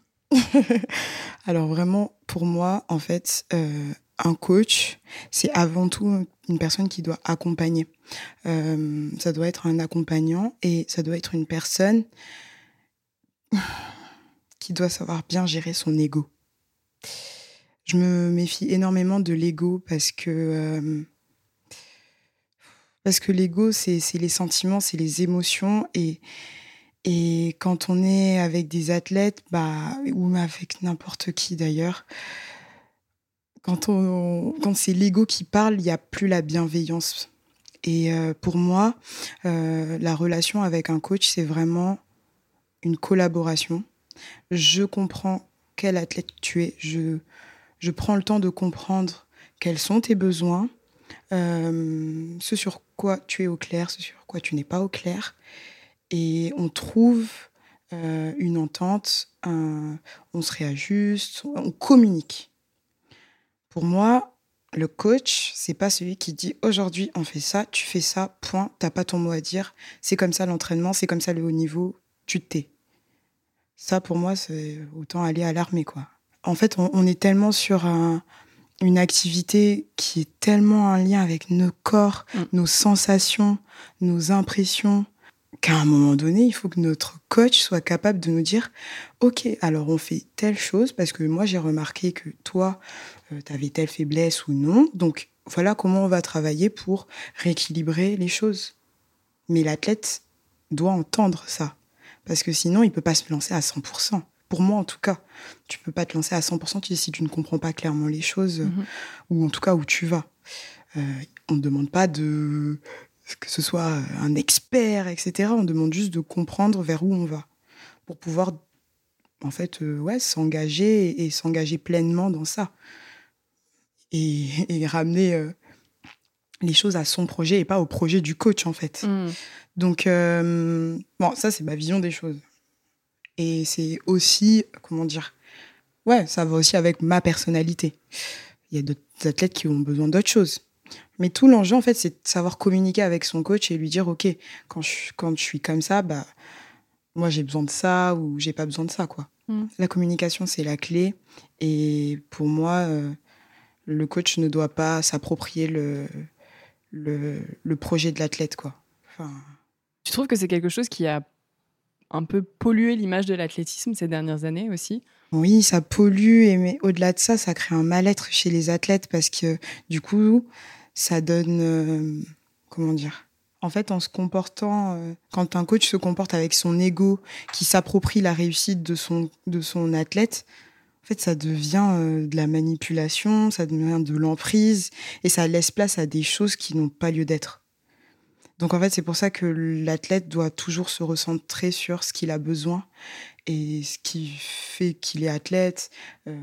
Alors vraiment, pour moi, en fait, euh, un coach, c'est avant tout une personne qui doit accompagner. Euh, ça doit être un accompagnant et ça doit être une personne qui doit savoir bien gérer son ego. Je me méfie énormément de l'ego parce que, euh, parce que l'ego, c'est, c'est les sentiments, c'est les émotions et... Et quand on est avec des athlètes, bah, ou avec n'importe qui d'ailleurs, quand, on, quand c'est l'ego qui parle, il n'y a plus la bienveillance. Et euh, pour moi, euh, la relation avec un coach, c'est vraiment une collaboration. Je comprends quel athlète tu es. Je, je prends le temps de comprendre quels sont tes besoins, euh, ce sur quoi tu es au clair, ce sur quoi tu n'es pas au clair. Et on trouve euh, une entente, un, on se réajuste, on communique. Pour moi, le coach, c'est pas celui qui dit aujourd'hui on fait ça, tu fais ça, point, t'as pas ton mot à dire, c'est comme ça l'entraînement, c'est comme ça le haut niveau, tu te tais. Ça, pour moi, c'est autant aller à l'armée, quoi. En fait, on, on est tellement sur un, une activité qui est tellement en lien avec nos corps, mmh. nos sensations, nos impressions, qu'à un moment donné, il faut que notre coach soit capable de nous dire « Ok, alors on fait telle chose, parce que moi, j'ai remarqué que toi, euh, tu avais telle faiblesse ou non. Donc, voilà comment on va travailler pour rééquilibrer les choses. » Mais l'athlète doit entendre ça. Parce que sinon, il peut pas se lancer à cent pour cent. Pour moi, en tout cas, tu peux pas te lancer à cent pour cent si tu ne comprends pas clairement les choses, mm-hmm. ou en tout cas où tu vas. Euh, on ne demande pas de... que ce soit un expert, et cetera. On demande juste de comprendre vers où on va pour pouvoir, en fait, euh, ouais, s'engager et, et s'engager pleinement dans ça. Et, et ramener euh, les choses à son projet et pas au projet du coach, en fait. Mm. Donc, euh, bon, ça, c'est ma vision des choses. Et c'est aussi, comment dire, ouais, ça va aussi avec ma personnalité. Il y a d'autres athlètes qui ont besoin d'autres choses. Mais tout l'enjeu, en fait, c'est de savoir communiquer avec son coach et lui dire, OK, quand je, quand je suis comme ça, bah, moi, j'ai besoin de ça ou j'ai pas besoin de ça, quoi. Mm. La communication, c'est la clé. Et pour moi, euh, le coach ne doit pas s'approprier le, le, le projet de l'athlète, quoi. Enfin... Tu trouves que c'est quelque chose qui a un peu pollué l'image de l'athlétisme ces dernières années aussi? Oui, ça pollue, et mais au-delà de ça, ça crée un mal-être chez les athlètes parce que du coup, ça donne... Euh, comment dire ? En fait, en se comportant... Euh, quand un coach se comporte avec son ego, qui s'approprie la réussite de son, de son athlète, en fait, ça devient euh, de la manipulation, ça devient de l'emprise, et ça laisse place à des choses qui n'ont pas lieu d'être. Donc en fait, c'est pour ça que l'athlète doit toujours se recentrer sur ce qu'il a besoin et ce qui fait qu'il est athlète, euh,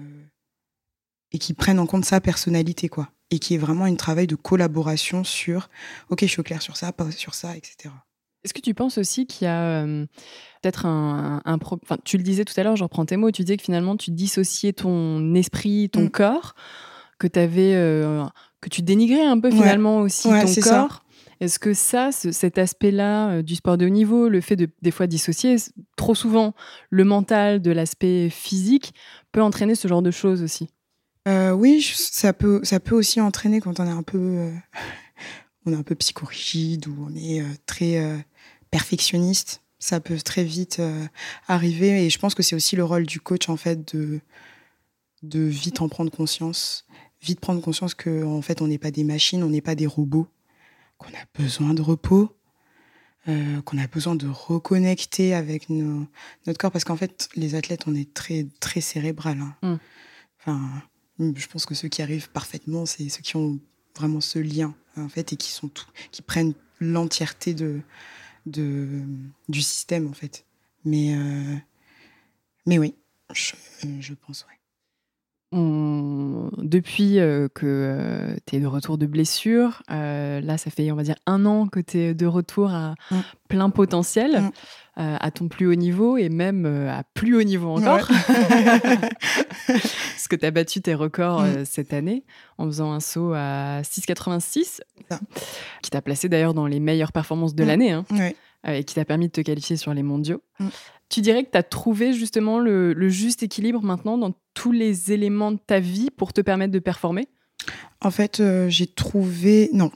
et qu'il prenne en compte sa personnalité, quoi. Et qu'il y ait vraiment un travail de collaboration sur « Ok, je suis au clair sur ça, pas sur ça, et cetera » Est-ce que tu penses aussi qu'il y a euh, peut-être un... un, un pro... enfin, tu le disais tout à l'heure, je reprends tes mots, tu disais que finalement, tu dissociais ton esprit, ton mmh. corps, que, t'avais, euh, que tu dénigrais un peu finalement ouais. aussi ouais, ton c'est corps. Ça. Est-ce que ça, ce, cet aspect-là euh, du sport de haut niveau, le fait de des fois dissocier trop souvent le mental de l'aspect physique, peut entraîner ce genre de choses aussi ? euh, Oui, ça peut, ça peut aussi entraîner quand on est un peu, euh, on est un peu psychorigide ou on est euh, très euh, perfectionniste. Ça peut très vite euh, arriver, et je pense que c'est aussi le rôle du coach en fait de de vite en prendre conscience, vite prendre conscience que en fait on n'est pas des machines, on n'est pas des robots. Qu'on a besoin de repos, euh, qu'on a besoin de reconnecter avec nos, notre corps, parce qu'en fait, les athlètes, on est très, très cérébral. Hein. Mm. Enfin, je pense que ceux qui arrivent parfaitement, c'est ceux qui ont vraiment ce lien, en fait, et qui sont tout, qui prennent l'entièreté de, de, du système, en fait. Mais, euh, mais oui, je, je pense, ouais. On... Depuis euh, que euh, tu es de retour de blessure, euh, là ça fait on va dire un an que tu es de retour à mmh. plein potentiel, mmh. euh, à ton plus haut niveau et même euh, à plus haut niveau encore. Ouais. Parce que tu as battu tes records mmh. euh, cette année en faisant un saut à six virgule quatre-vingt-six, ça. Qui t'a placé d'ailleurs dans les meilleures performances de mmh. l'année, hein, ouais. euh, et qui t'a permis de te qualifier sur les mondiaux. Mmh. Tu dirais que tu as trouvé justement le, le juste équilibre maintenant dans tous les éléments de ta vie pour te permettre de performer ? En fait, euh, j'ai trouvé... Non.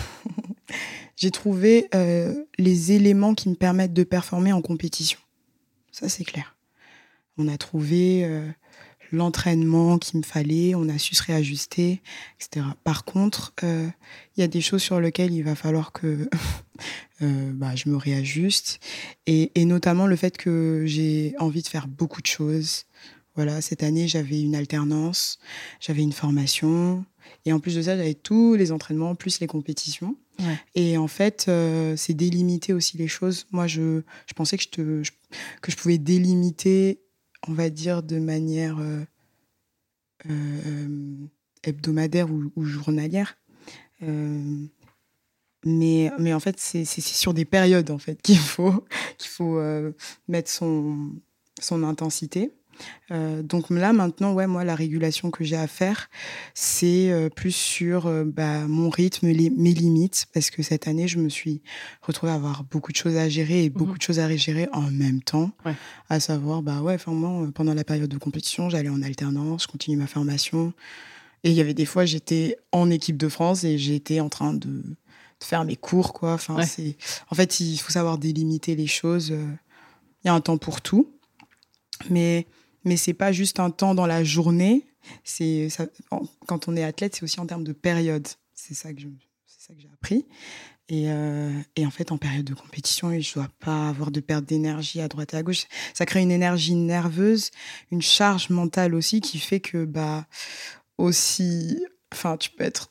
j'ai trouvé euh, les éléments qui me permettent de performer en compétition. Ça, c'est clair. On a trouvé euh, l'entraînement qu'il me fallait, on a su se réajuster, et cetera. Par contre, il euh, y a des choses sur lesquelles il va falloir que... Euh, bah, je me réajuste, et, et notamment le fait que j'ai envie de faire beaucoup de choses. Voilà, cette année, j'avais une alternance, j'avais une formation, et en plus de ça, j'avais tous les entraînements, plus les compétitions. Ouais. Et en fait, euh, c'est délimiter aussi les choses. Moi, je, je pensais que je, te, je, que je pouvais délimiter, on va dire, de manière euh, euh, hebdomadaire ou, ou journalière. Euh, Mais, mais en fait, c'est, c'est, c'est sur des périodes en fait, qu'il faut, qu'il faut euh, mettre son, son intensité. Euh, donc là, maintenant, ouais, moi, la régulation que j'ai à faire, c'est euh, plus sur euh, bah, mon rythme, les, mes limites, parce que cette année, je me suis retrouvée à avoir beaucoup de choses à gérer et beaucoup mmh. de choses à gérer en même temps. Ouais. À savoir, bah ouais, moi, pendant la période de compétition, j'allais en alternance, je continue ma formation. Et il y avait des fois, j'étais en équipe de France et j'étais en train de... de faire mes cours, quoi. Enfin, ouais. c'est... En fait, il faut savoir délimiter les choses. Il y a un temps pour tout. Mais, mais c'est pas juste un temps dans la journée. C'est, ça... Quand on est athlète, c'est aussi en termes de période. C'est ça que je... c'est ça que j'ai appris. Et, euh, et en fait, en période de compétition, je dois pas avoir de perte d'énergie à droite et à gauche. Ça crée une énergie nerveuse, une charge mentale aussi qui fait que, bah, aussi, enfin, tu peux être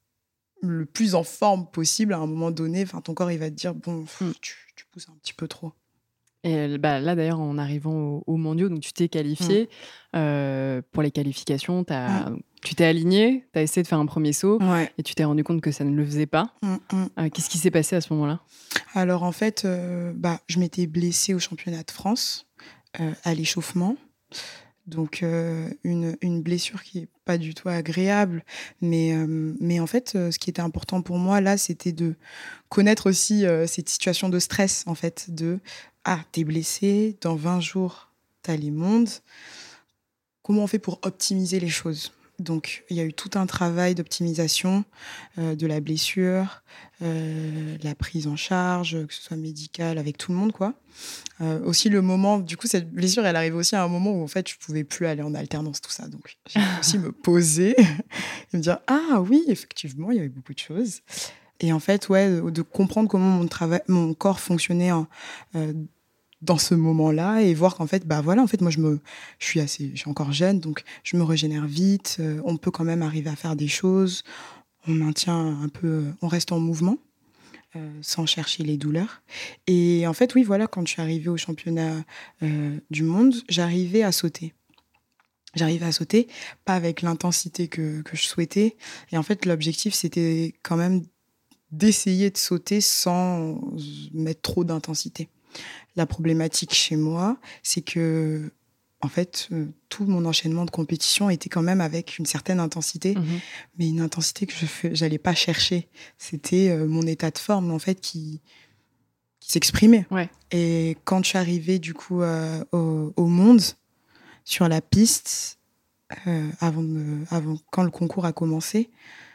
le plus en forme possible à un moment donné. Enfin, ton corps, il va te dire, bon, pff, Mm. tu, tu pousses un petit peu trop. Et bah, là, d'ailleurs, en arrivant aux, aux mondiaux, donc tu t'es qualifié. Euh, pour les qualifications, t'as, tu t'es aligné, tu as essayé de faire un premier saut Ouais. et tu t'es rendu compte que ça ne le faisait pas. Mm, mm. Euh, qu'est-ce qui s'est passé à ce moment-là? Alors, en fait, euh, bah, je m'étais blessée au championnat de France euh, à l'échauffement. Donc, euh, une, une blessure qui n'est pas du tout agréable. Mais, euh, mais en fait, euh, ce qui était important pour moi, là, c'était de connaître aussi euh, cette situation de stress, en fait, de « Ah, t'es blessé, dans vingt jours, t'as les mondes. Comment on fait pour optimiser les choses ?» Donc, il y a eu tout un travail d'optimisation euh, de la blessure, euh, la prise en charge, que ce soit médicale, avec tout le monde, quoi. Euh, aussi le moment, du coup, cette blessure, elle arrive aussi à un moment où, en fait, je pouvais plus aller en alternance, tout ça. Donc, j'ai aussi me poser et me dire, ah oui, effectivement, il y avait beaucoup de choses. Et en fait, ouais, de, de comprendre comment mon, travail, mon corps fonctionnait en, euh, dans ce moment-là et voir qu'en fait, bah voilà, en fait, moi, je me, je suis assez, je suis encore jeune, donc je me régénère vite. Euh, on peut quand même arriver à faire des choses. On maintient un peu, on reste en mouvement. Euh, sans chercher les douleurs. Et en fait, oui, voilà, quand je suis arrivée au championnat euh, du monde, j'arrivais à sauter. J'arrivais à sauter, pas avec l'intensité que, que je souhaitais. Et en fait, l'objectif, c'était quand même d'essayer de sauter sans mettre trop d'intensité. La problématique chez moi, c'est que en fait, euh, tout mon enchaînement de compétition était quand même avec une certaine intensité, Mmh. mais une intensité que je n'allais pas chercher. C'était euh, mon état de forme, en fait, qui, qui s'exprimait. Ouais. Et quand je suis arrivée, du coup, euh, au, au monde, sur la piste, euh, avant, de, avant, quand le concours a commencé,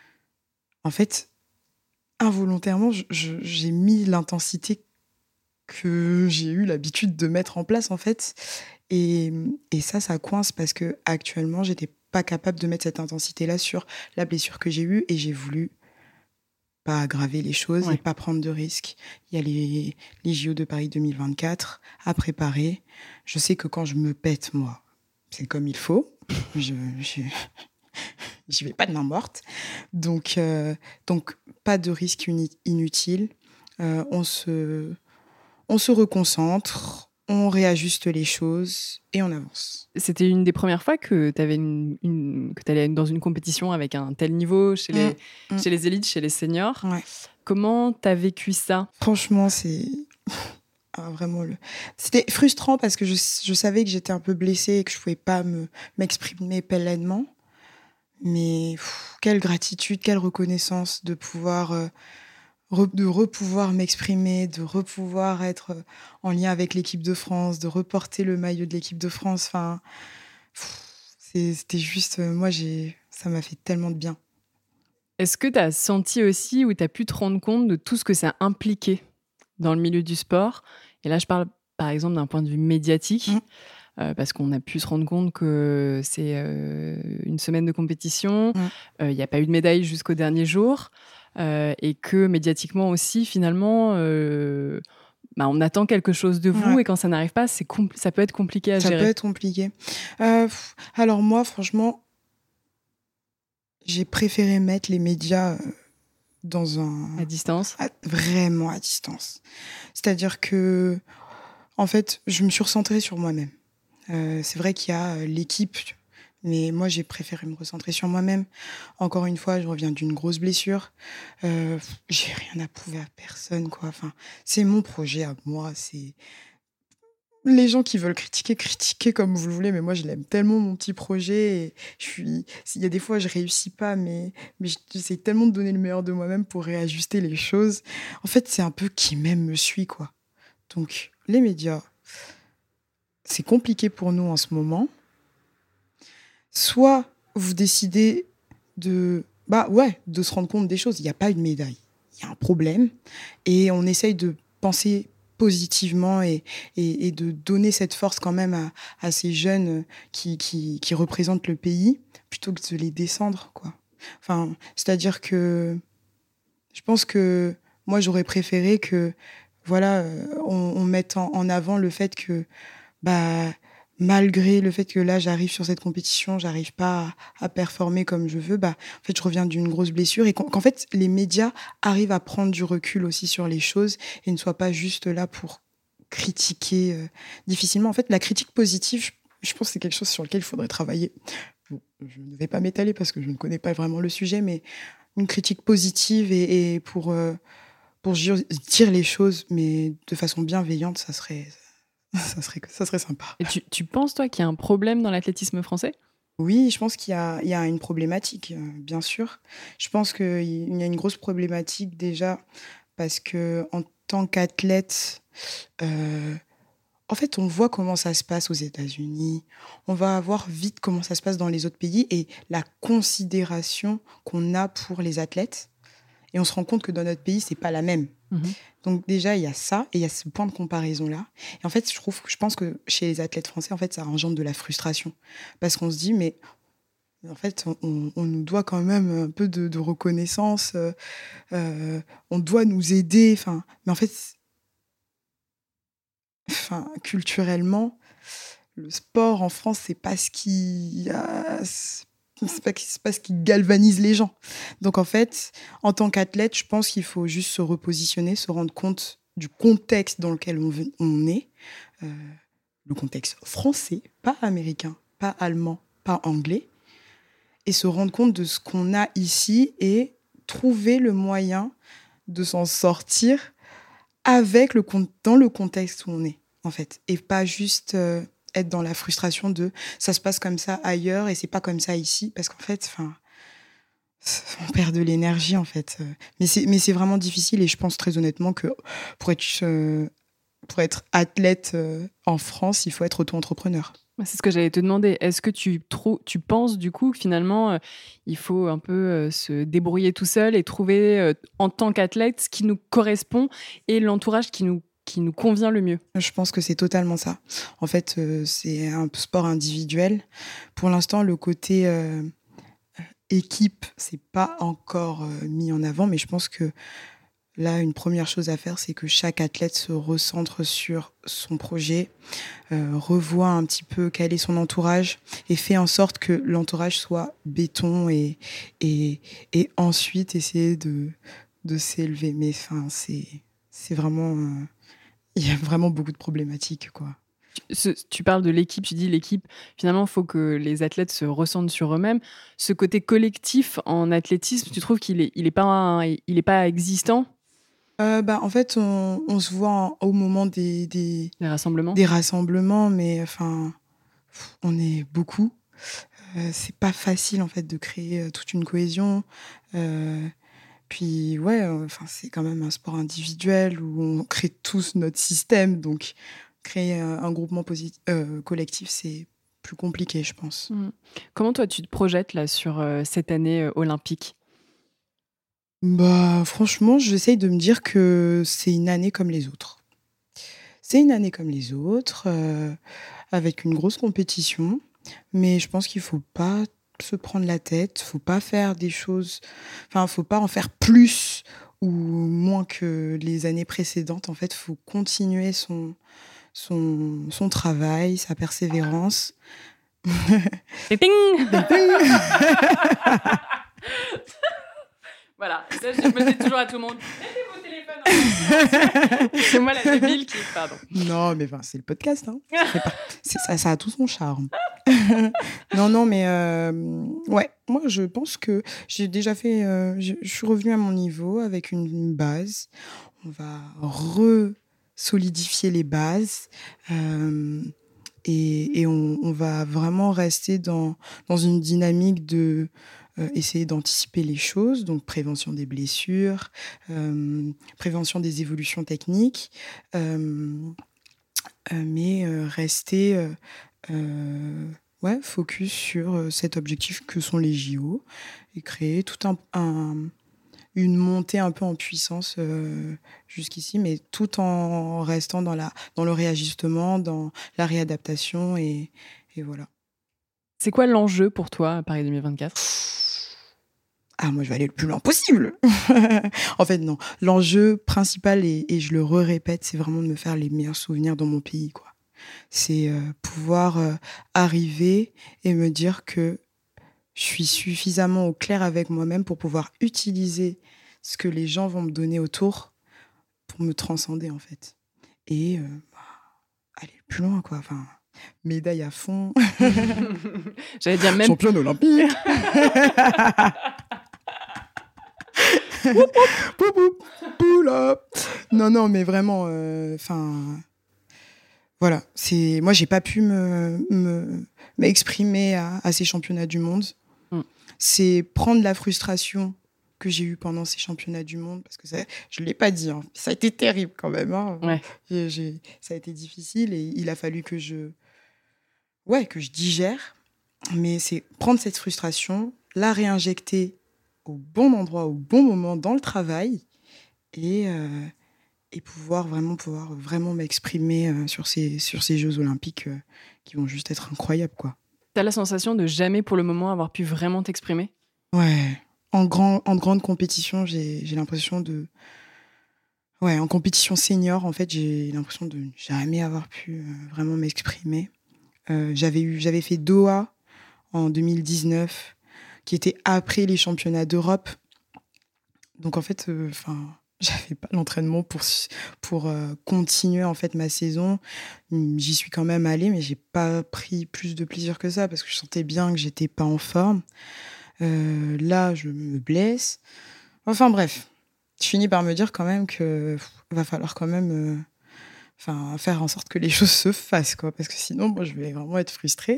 en fait, involontairement, je, je, j'ai mis l'intensité que j'ai eu l'habitude de mettre en place, en fait. Et, et ça, ça coince parce que actuellement, j'étais pas capable de mettre cette intensité-là sur la blessure que j'ai eue et j'ai voulu pas aggraver les choses Ouais. et pas prendre de risques. Il y a les, les J O de Paris deux mille vingt-quatre à préparer. Je sais que quand je me pète, moi, c'est comme il faut. Je, je, j'y vais pas de main morte. Donc, euh, donc pas de risque uni- inutile. Euh, on se, on se reconcentre. On réajuste les choses et on avance. C'était une des premières fois que tu allais dans une compétition avec un tel niveau chez les, mmh. chez les élites, chez les seniors. Ouais. Comment tu as vécu ça? Franchement, c'est ah, vraiment le. C'était frustrant parce que je, je savais que j'étais un peu blessée et que je pouvais pas me, m'exprimer pleinement. Mais pff, quelle gratitude, quelle reconnaissance de pouvoir. Euh, de repouvoir m'exprimer, de repouvoir être en lien avec l'équipe de France, de reporter le maillot de l'équipe de France. Enfin, c'était juste, moi, j'ai, ça m'a fait tellement de bien. Est-ce que tu as senti aussi ou tu as pu te rendre compte de tout ce que ça impliquait dans le milieu du sport? Et là, je parle par exemple d'un point de vue médiatique, mmh. euh, parce qu'on a pu se rendre compte que c'est euh, une semaine de compétition, il mmh. n'y euh, a pas eu de médaille jusqu'au dernier jour. Euh, et que médiatiquement aussi, finalement, euh, bah, on attend quelque chose de vous, ouais. Et quand ça n'arrive pas, c'est compl- ça peut être compliqué à ça gérer. Ça peut être compliqué. Euh, alors moi, franchement, j'ai préféré mettre les médias dans un... À distance à, Vraiment à distance. C'est-à-dire que, en fait, je me suis recentrée sur moi-même. Euh, c'est vrai qu'il y a l'équipe... Mais moi, j'ai préféré me recentrer sur moi-même. Encore une fois, je reviens d'une grosse blessure. Euh, j'ai rien à prouver à personne, quoi. Enfin, c'est mon projet à moi. C'est les gens qui veulent critiquer, critiquer comme vous le voulez. Mais moi, je l'aime tellement, mon petit projet. Et je suis... Il y a des fois, je réussis pas, mais, mais j'essaie tellement de donner le meilleur de moi-même pour réajuster les choses. En fait, c'est un peu qui m'aime me suit, quoi. Donc, les médias, c'est compliqué pour nous en ce moment. Soit vous décidez de, bah ouais, de se rendre compte des choses. Il n'y a pas une médaille, il y a un problème. Et on essaye de penser positivement et, et, et de donner cette force quand même à, à ces jeunes qui, qui, qui représentent le pays, plutôt que de les descendre, quoi. Enfin, c'est-à-dire que Je pense que moi, j'aurais préféré que, voilà, euh, on, on mette en, en avant le fait que, bah, malgré le fait que là, j'arrive sur cette compétition, j'arrive pas à, à performer comme je veux, bah, en fait, je reviens d'une grosse blessure et qu'en, qu'en fait, les médias arrivent à prendre du recul aussi sur les choses et ne soient pas juste là pour critiquer euh, difficilement. En fait, la critique positive, je, je pense que c'est quelque chose sur lequel il faudrait travailler. Bon, je ne vais pas m'étaler parce que je ne connais pas vraiment le sujet, mais une critique positive et, et pour, euh, pour dire dire les choses, mais de façon bienveillante, ça serait, ça serait, ça serait sympa. Et tu, tu penses, toi, qu'il y a un problème dans l'athlétisme français ? Oui, je pense qu'il y a, il y a une problématique, euh, bien sûr. Je pense qu'il y a une grosse problématique déjà parce que en tant qu'athlète, euh, en fait, on voit comment ça se passe aux États-Unis. On va voir vite comment ça se passe dans les autres pays et la considération qu'on a pour les athlètes. Et on se rend compte que dans notre pays, c'est pas la même. Mmh. Donc déjà, il y a ça et il y a ce point de comparaison-là. Et en fait, je trouve, je pense que chez les athlètes français, en fait, ça engendre de la frustration. Parce qu'on se dit, mais en fait, on, on nous doit quand même un peu de, de reconnaissance. Euh, euh, on doit nous aider. Enfin, mais en fait, enfin, culturellement, le sport en France, c'est pas ce qui, a- c'est pas, c'est pas ce qui galvanise les gens. Donc en fait, en tant qu'athlète, je pense qu'il faut juste se repositionner, se rendre compte du contexte dans lequel on, ve- on est, euh, le contexte français, pas américain, pas allemand, pas anglais, et se rendre compte de ce qu'on a ici et trouver le moyen de s'en sortir avec le con- dans le contexte où on est, en fait, et pas juste euh, être dans la frustration de ça se passe comme ça ailleurs et c'est pas comme ça ici, parce qu'en fait, enfin, on perd de l'énergie en fait. Euh, Mais c'est mais c'est vraiment difficile et je pense très honnêtement que pour être euh, pour être athlète euh, en France, il faut être auto-entrepreneur. C'est ce que j'allais te demander. Est-ce que tu, trou- tu penses du coup que finalement, euh, il faut un peu euh, se débrouiller tout seul et trouver euh, en tant qu'athlète ce qui nous correspond et l'entourage qui nous, qui nous convient le mieux ? Je pense que c'est totalement ça. En fait, euh, c'est un sport individuel. Pour l'instant, le côté euh, équipe, c'est pas encore euh, mis en avant, mais je pense que là, une première chose à faire, c'est que chaque athlète se recentre sur son projet, euh, revoit un petit peu quel est son entourage et fait en sorte que l'entourage soit béton et, et, et ensuite essayer de, de s'élever. Mais enfin, c'est, c'est vraiment... euh, il y a vraiment beaucoup de problématiques, quoi. Ce- tu parles de l'équipe, tu dis l'équipe, finalement, il faut que les athlètes se ressentent sur eux-mêmes. Ce côté collectif en athlétisme, tu trouves qu'il est, il est pas, un- il est pas existant, Euh, bah, en fait, on, on se voit en- au moment des, des, les rassemblements ? des rassemblements, mais enfin, pff, on est beaucoup. Euh, c'est pas facile en fait de créer euh, toute une cohésion. Euh, puis ouais, euh, enfin c'est quand même un sport individuel où on crée tous notre système, donc créer un, un groupement posit- euh, collectif c'est plus compliqué, je pense. Mm. Comment toi, tu te projettes là sur euh, cette année euh, olympique ? Bah franchement, j'essaye de me dire que c'est une année comme les autres. C'est une année comme les autres, euh, avec une grosse compétition, mais je pense qu'il faut pas se prendre la tête, faut pas faire des choses, enfin, faut pas en faire plus ou moins que les années précédentes. En fait, faut continuer son, son, son travail, sa persévérance. Et ting Ding, ding. Voilà, ça je me dis toujours à tout le monde. Mettez vos téléphones en C'est moi la débile qui... Pardon. Non, mais enfin, c'est le podcast, hein. Ça, fait pas- c'est- ça, ça a tout son charme. non, non, mais euh, ouais, moi je pense que j'ai déjà fait. euh, je je suis revenue à mon niveau avec une, une base. On va re-solidifier les bases euh, et, et on, on va vraiment rester dans, dans une dynamique de euh, essayer d'anticiper les choses, donc prévention des blessures, euh, prévention des évolutions techniques. euh, euh, mais euh, rester euh, euh, ouais, focus sur euh, cet objectif que sont les J O et créer tout un, un- une montée un peu en puissance euh, jusqu'ici, mais tout en restant dans, la, dans le réajustement, dans la réadaptation et, et voilà. C'est quoi l'enjeu pour toi à Paris deux mille vingt-quatre ? ah, moi, je vais aller le plus loin possible. En fait, non. L'enjeu principal, et, et je le re-répète, c'est vraiment de me faire les meilleurs souvenirs dans mon pays, quoi. C'est euh, pouvoir euh, arriver et me dire que je suis suffisamment au clair avec moi-même pour pouvoir utiliser ce que les gens vont me donner autour pour me transcender, en fait. Et euh, bah, aller plus loin, quoi. Enfin, médaille à fond. J'allais dire même... Championne olympique. Poup, poup, pull up. Non, non, mais vraiment, enfin... Euh, voilà, c'est... Moi, j'ai pas pu me, me, m'exprimer à, à ces championnats du monde. Mm. C'est prendre la frustration que j'ai eue pendant ces championnats du monde, parce que ça, je ne l'ai pas dit, hein. Ça a été terrible quand même. Hein. Ouais. J'ai, j'ai, ça a été difficile et il a fallu que je, ouais, que je digère. Mais c'est prendre cette frustration, la réinjecter au bon endroit, au bon moment dans le travail et, euh, et pouvoir vraiment, pouvoir vraiment m'exprimer euh, sur, ces, sur ces Jeux Olympiques euh, qui vont juste être incroyables, quoi. T'as la sensation de jamais pour le moment avoir pu vraiment t'exprimer ? Ouais. En, grand, en grande compétition, j'ai, j'ai l'impression de... Ouais, en compétition senior, en fait, j'ai l'impression de jamais avoir pu euh, vraiment m'exprimer. Euh, j'avais, eu, j'avais fait Doha en deux mille dix-neuf, qui était après les championnats d'Europe. Donc, en fait, euh, j'avais pas l'entraînement pour, pour euh, continuer en fait, ma saison. J'y suis quand même allée, mais j'ai pas pris plus de plaisir que ça, parce que je sentais bien que j'étais pas en forme. Euh, là, je me blesse. Enfin, bref. Je finis par me dire quand même qu'il va falloir quand même euh, enfin, faire en sorte que les choses se fassent, quoi, parce que sinon, moi, je vais vraiment être frustrée.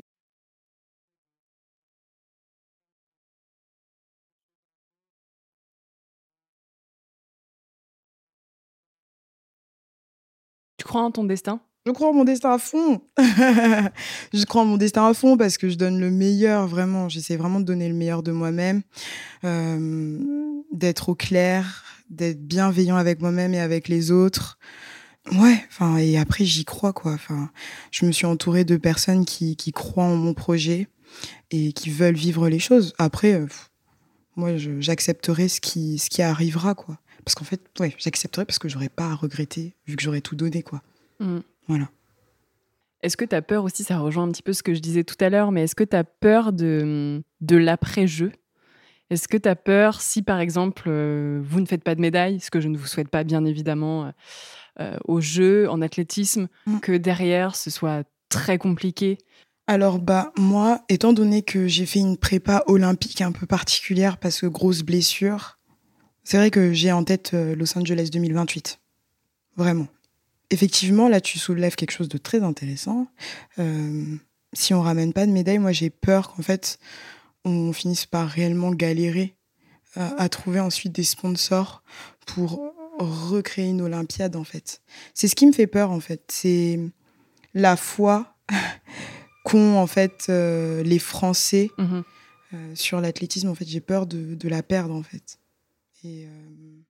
Tu crois en ton destin ? Je crois en mon destin à fond. Je crois en mon destin à fond parce que je donne le meilleur, vraiment. J'essaie vraiment de donner le meilleur de moi-même, euh, d'être au clair, d'être bienveillant avec moi-même et avec les autres. Ouais, enfin, et après, j'y crois, quoi. Enfin, je me suis entourée de personnes qui, qui croient en mon projet et qui veulent vivre les choses. Après, euh, moi, je, j'accepterai ce qui, ce qui arrivera, quoi. Parce qu'en fait, ouais, j'accepterai parce que j'aurais pas à regretter, vu que j'aurais tout donné, quoi. Mmh. Voilà. Est-ce que tu as peur aussi, ça rejoint un petit peu ce que je disais tout à l'heure, mais est-ce que tu as peur de, de l'après-jeu ? Est-ce que tu as peur si, par exemple, euh, vous ne faites pas de médaille, ce que je ne vous souhaite pas, bien évidemment, euh, aux Jeux, en athlétisme, mmh. que derrière, ce soit très compliqué ? Alors, bah, moi, étant donné que j'ai fait une prépa olympique un peu particulière parce que grosse blessure, c'est vrai que j'ai en tête euh, Los Angeles deux mille vingt-huit. Vraiment. Effectivement, là, tu soulèves quelque chose de très intéressant. Euh, si on ramène pas de médaille, moi, j'ai peur qu'en fait, on finisse par réellement galérer à, à trouver ensuite des sponsors pour recréer une Olympiade, en fait. C'est ce qui me fait peur, en fait. C'est la foi qu'ont, en fait, euh, les Français mmh. euh, sur l'athlétisme. En fait, j'ai peur de, de la perdre, en fait. Et... Euh...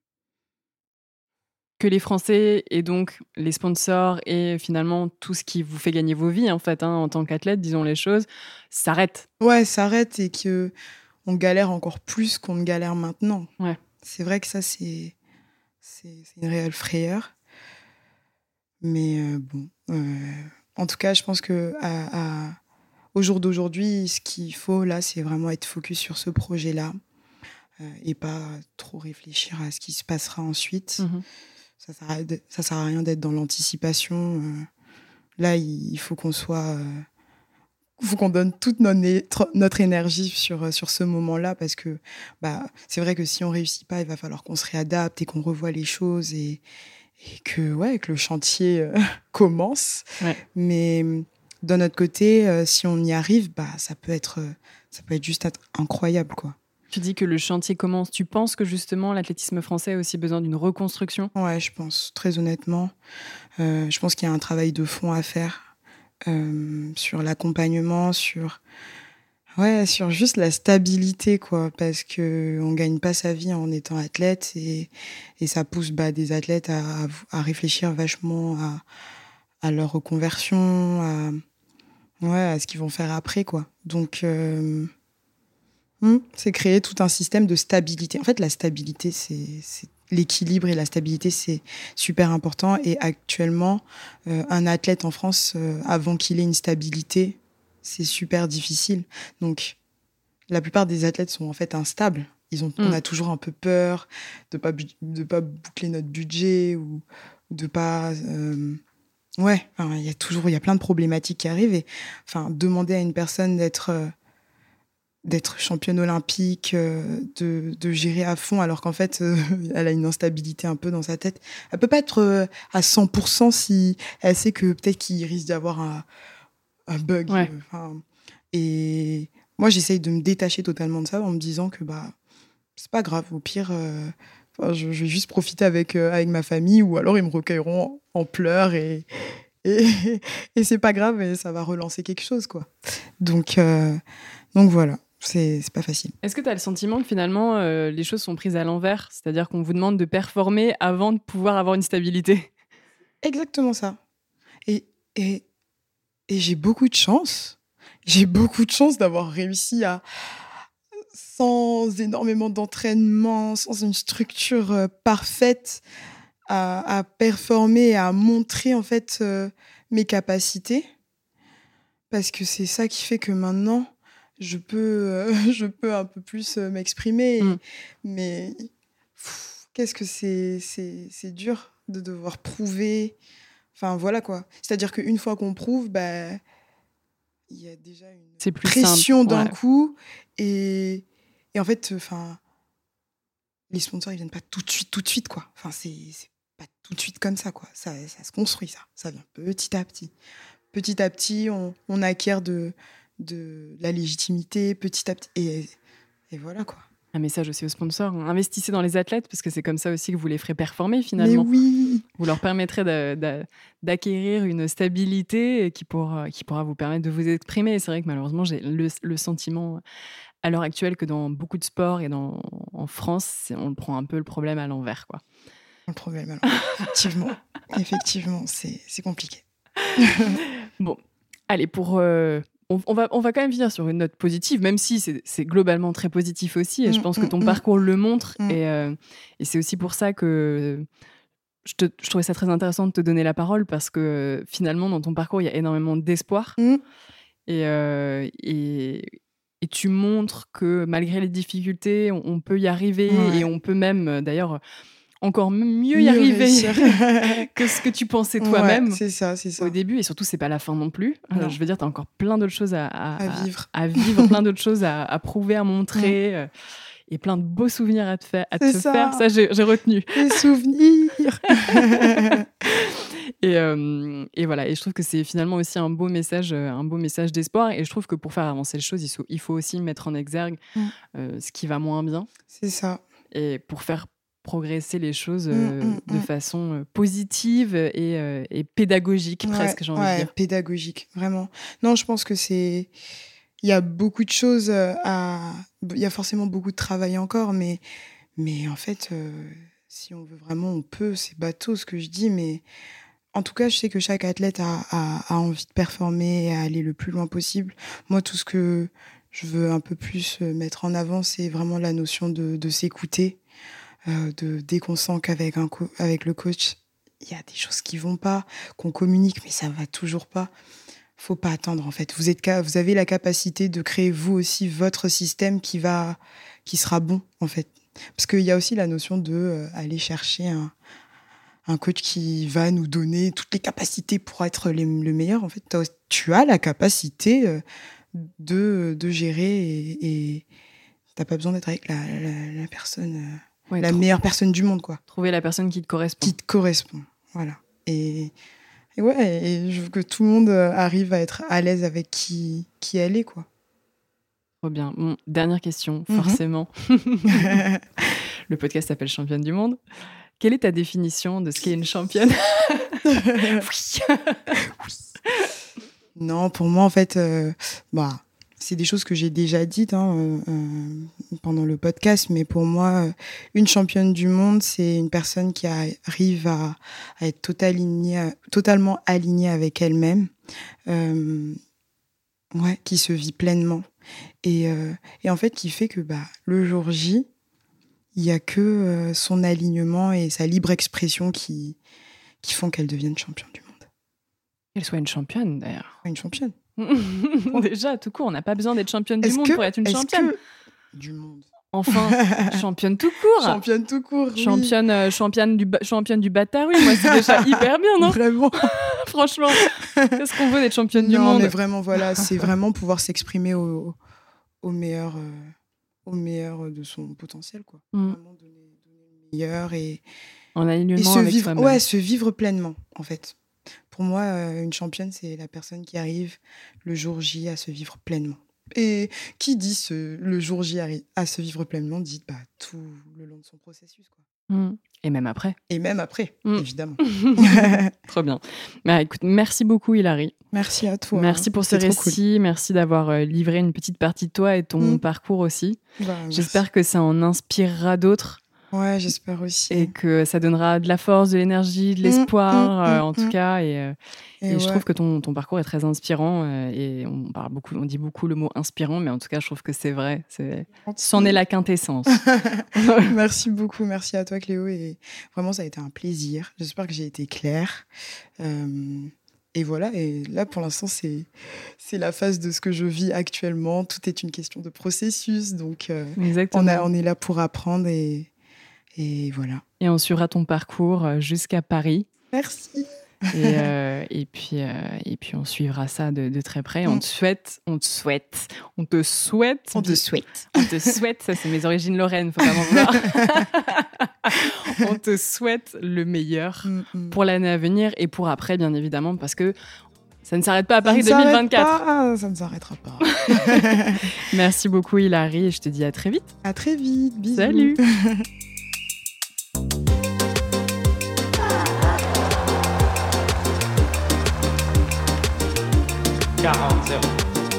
que les Français et donc les sponsors et finalement tout ce qui vous fait gagner vos vies en fait hein, en tant qu'athlète, disons les choses, s'arrête. Ouais, s'arrête et que on galère encore plus qu'on ne galère maintenant. Ouais. C'est vrai que ça c'est c'est, c'est une réelle frayeur. Mais euh, bon, euh, en tout cas, je pense que à, à, au jour d'aujourd'hui, ce qu'il faut là, c'est vraiment être focus sur ce projet-là euh, et pas trop réfléchir à ce qui se passera ensuite. Mmh. Ça sert à, ça sert à rien d'être dans l'anticipation. Euh, là, il faut qu'on soit... Euh, faut qu'on donne toute notre, notre énergie sur, sur ce moment-là parce que bah, c'est vrai que si on ne réussit pas, il va falloir qu'on se réadapte et qu'on revoie les choses et, et que, ouais, que le chantier euh, commence. Ouais. Mais d'un autre côté, euh, si on y arrive, bah, ça peut être, ça peut être juste être incroyable, quoi. Tu dis que le chantier commence. Tu penses que justement l'athlétisme français a aussi besoin d'une reconstruction ? Ouais, je pense, très honnêtement. Euh, je pense qu'il y a un travail de fond à faire euh, sur l'accompagnement, sur, ouais, sur juste la stabilité, quoi, parce qu'on ne gagne pas sa vie en étant athlète et, et ça pousse bah, des athlètes à, à réfléchir vachement à, à leur reconversion, à, ouais, à ce qu'ils vont faire après, quoi. Donc... Euh, Mmh, c'est créer tout un système de stabilité. En fait, la stabilité, c'est, c'est l'équilibre et la stabilité, c'est super important. Et actuellement, euh, un athlète en France, euh, avant qu'il ait une stabilité, c'est super difficile. Donc, la plupart des athlètes sont en fait instables. Ils ont, mmh. On a toujours un peu peur de pas bu- de pas boucler notre budget ou de pas. Euh, ouais, il y a toujours, il y a plein de problématiques qui arrivent. Et enfin, demander à une personne d'être euh, d'être championne olympique, euh, de, de gérer à fond, alors qu'en fait, euh, elle a une instabilité un peu dans sa tête. Elle peut pas être euh, à cent pour cent si elle sait que peut-être qu'il risque d'avoir un, un bug. Ouais. Euh, et moi, j'essaye de me détacher totalement de ça en me disant que bah, c'est pas grave. Au pire, euh, je, je vais juste profiter avec, euh, avec ma famille, ou alors ils me recueilleront en pleurs et, et, et c'est pas grave, et ça va relancer quelque chose, quoi. Donc, euh, donc voilà. C'est, c'est pas facile. Est-ce que tu as le sentiment que finalement, euh, les choses sont prises à l'envers ? C'est-à-dire qu'on vous demande de performer avant de pouvoir avoir une stabilité ? Exactement ça. Et, et, et j'ai beaucoup de chance. J'ai beaucoup de chance d'avoir réussi à, sans énormément d'entraînement, sans une structure euh, parfaite, à, à performer et à montrer en fait euh, mes capacités. Parce que c'est ça qui fait que maintenant, je peux, euh, je peux un peu plus euh, m'exprimer. Mm. Mais pff, qu'est-ce que c'est, c'est, c'est dur de devoir prouver. Enfin, voilà quoi. C'est-à-dire qu'une fois qu'on prouve, bah, il y a déjà une c'est plus pression simple. d'un Ouais. coup. Et, et en fait, enfin, les sponsors, ils viennent pas tout de suite, tout de suite, quoi. Enfin, c'est, c'est pas tout de suite comme ça, quoi. Ça, ça se construit, ça. Ça vient petit à petit. Petit à petit, on, on acquiert de, de la légitimité, petit à petit. Et, et voilà, quoi. Un message aussi aux sponsors. Investissez dans les athlètes, parce que c'est comme ça aussi que vous les ferez performer, finalement. Mais oui. Vous leur permettrez de, de, d'acquérir une stabilité qui pourra, qui pourra vous permettre de vous exprimer. Et c'est vrai que malheureusement, j'ai le, le sentiment à l'heure actuelle que dans beaucoup de sports et dans, en France, on prend un peu le problème à l'envers, quoi. Le problème, alors. Effectivement. Effectivement, c'est, c'est compliqué. Bon, allez, pour... Euh, on, on, va, on va quand même finir sur une note positive, même si c'est, c'est globalement très positif aussi. Et mmh, je pense mmh, que ton mmh. parcours le montre. Mmh. Et, euh, et c'est aussi pour ça que je, te, je trouvais ça très intéressant de te donner la parole, parce que finalement, dans ton parcours, il y a énormément d'espoir. Mmh. Et, euh, et, et tu montres que malgré les difficultés, on, on peut y arriver. Ouais. Et on peut même, d'ailleurs... encore mieux y mieux arriver que ce que tu pensais toi-même. Ouais, c'est ça, c'est ça. Au début, et surtout, c'est pas la fin non plus. Non. Je veux dire, t'as encore plein d'autres choses à, à, à vivre, à, à vivre plein d'autres choses à, à prouver, à montrer, mmh. euh, et plein de beaux souvenirs à te faire. À te ça. faire. Ça, j'ai, j'ai retenu. Les souvenirs. et, euh, et voilà. Et je trouve que c'est finalement aussi un beau message, un beau message d'espoir. Et je trouve que pour faire avancer les choses, il faut, il faut aussi mettre en exergue mmh. euh, ce qui va moins bien. C'est ça. Et pour faire progresser les choses euh, mmh, mmh, de mmh. façon euh, positive et, euh, et pédagogique, ouais, presque, j'ai envie ouais, de dire. Pédagogique, vraiment. Non, je pense que c'est... Il y a beaucoup de choses à... Il y a forcément beaucoup de travail encore, mais, mais en fait, euh, si on veut vraiment, on peut. C'est bateau ce que je dis, mais en tout cas, je sais que chaque athlète a, a, a envie de performer et à aller le plus loin possible. Moi, tout ce que je veux un peu plus mettre en avant, c'est vraiment la notion de, de s'écouter. Euh, de, dès qu'on sent qu'avec un co- avec le coach, il y a des choses qui vont pas, qu'on communique, mais ça va toujours pas. Faut pas attendre, en fait. Vous êtes, vous avez la capacité de créer vous aussi votre système qui va, qui sera bon, en fait. Parce qu'il y a aussi la notion de euh, aller chercher un, un coach qui va nous donner toutes les capacités pour être les, le meilleur. En fait, tu as la capacité euh, de, de gérer et, et t'as pas besoin d'être avec la, la, la personne. Euh, Ouais, la trou- meilleure personne du monde, quoi. Trouver la personne qui te correspond. Qui te correspond, voilà. Et, et ouais, et je veux que tout le monde arrive à être à l'aise avec qui, qui elle est, quoi. Trop bien. Bon, dernière question, mm-hmm. forcément. Le podcast s'appelle Championne du monde. Quelle est ta définition de ce qu'est une championne ? Oui. Non, pour moi, en fait, euh, bah... c'est des choses que j'ai déjà dites hein, euh, euh, pendant le podcast, mais pour moi, euh, une championne du monde, c'est une personne qui arrive à, à être total alignée, totalement alignée avec elle-même. Euh, Ouais, qui se vit pleinement. Et, euh, et en fait, qui fait que bah, le jour J, il n'y a que euh, son alignement et sa libre expression qui, qui font qu'elle devienne championne du monde. Qu'elle soit une championne, d'ailleurs. Une championne. Déjà, tout court, on n'a pas besoin d'être championne du Est-ce monde que- pour être une est-ce championne. que- Du monde. Enfin, championne tout court. Championne tout court. oui. Championne, euh, championne, du ba- championne du bas de ta rue, moi, c'est déjà hyper bien, non? Vraiment. Franchement, qu'est-ce qu'on veut d'être championne du non, monde? mais vraiment, voilà, c'est vraiment pouvoir s'exprimer au, au, meilleur, euh, au meilleur de son potentiel, quoi. Mm. Vraiment donner, donner le meilleur et, En et alignement se avec vivre, soi-même. ouais, se vivre pleinement, en fait. Pour moi, euh, une championne, c'est la personne qui arrive le jour J à se vivre pleinement. Et qui dit ce, le jour J arri- à se vivre pleinement, dit bah, tout le long de son processus, quoi. Mm. Et même après. Et même après, Mm. évidemment. Trop bien. Bah, écoute, merci beaucoup, Hilary. Merci à toi. Merci pour ce C'est trop cool. récit. Merci d'avoir euh, livré une petite partie de toi et ton Mm. parcours aussi. Bah, merci. J'espère que ça en inspirera d'autres Ouais, j'espère aussi. et que ça donnera de la force, de l'énergie, de l'espoir, mm, euh, mm, en tout mm. cas. Et, euh, Et et je ouais. trouve que ton, ton parcours est très inspirant. euh, et on, parle beaucoup, on dit beaucoup le mot inspirant, mais en tout cas, je trouve que c'est vrai. C'est... C'en est la quintessence. Merci beaucoup, merci à toi Cléo et vraiment ça a été un plaisir. J'espère que j'ai été claire. Euh, et voilà, et là pour l'instant c'est c'est la phase de ce que je vis actuellement. Tout est une question de processus, donc euh, Exactement. on a on est là pour apprendre et et voilà. Et on suivra ton parcours euh, jusqu'à Paris. Merci. Et, euh, et, puis, euh, et puis on suivra ça de, de très près. On Mm. te souhaite, on te souhaite, on te souhaite, On te souhaite. on te souhaite, ça c'est mes origines lorraines, faut pas m'en vouloir. On te souhaite le meilleur Mm, mm. pour l'année à venir et pour après, bien évidemment, parce que ça ne s'arrête pas à Ça Paris ne s'arrête deux mille vingt-quatre. pas, ça ne s'arrêtera pas. Merci beaucoup Hilary et je te dis à très vite. À très vite. Bisous. Salut. quarante zéro.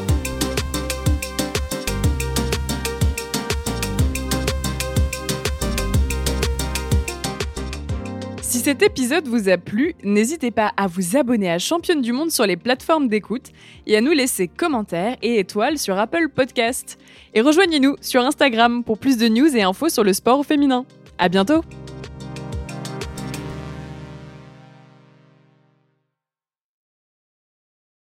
Si cet épisode vous a plu, n'hésitez pas à vous abonner à Championne du Monde sur les plateformes d'écoute et à nous laisser commentaires et étoiles sur Apple Podcast. Et rejoignez-nous sur Instagram pour plus de news et infos sur le sport féminin. À bientôt!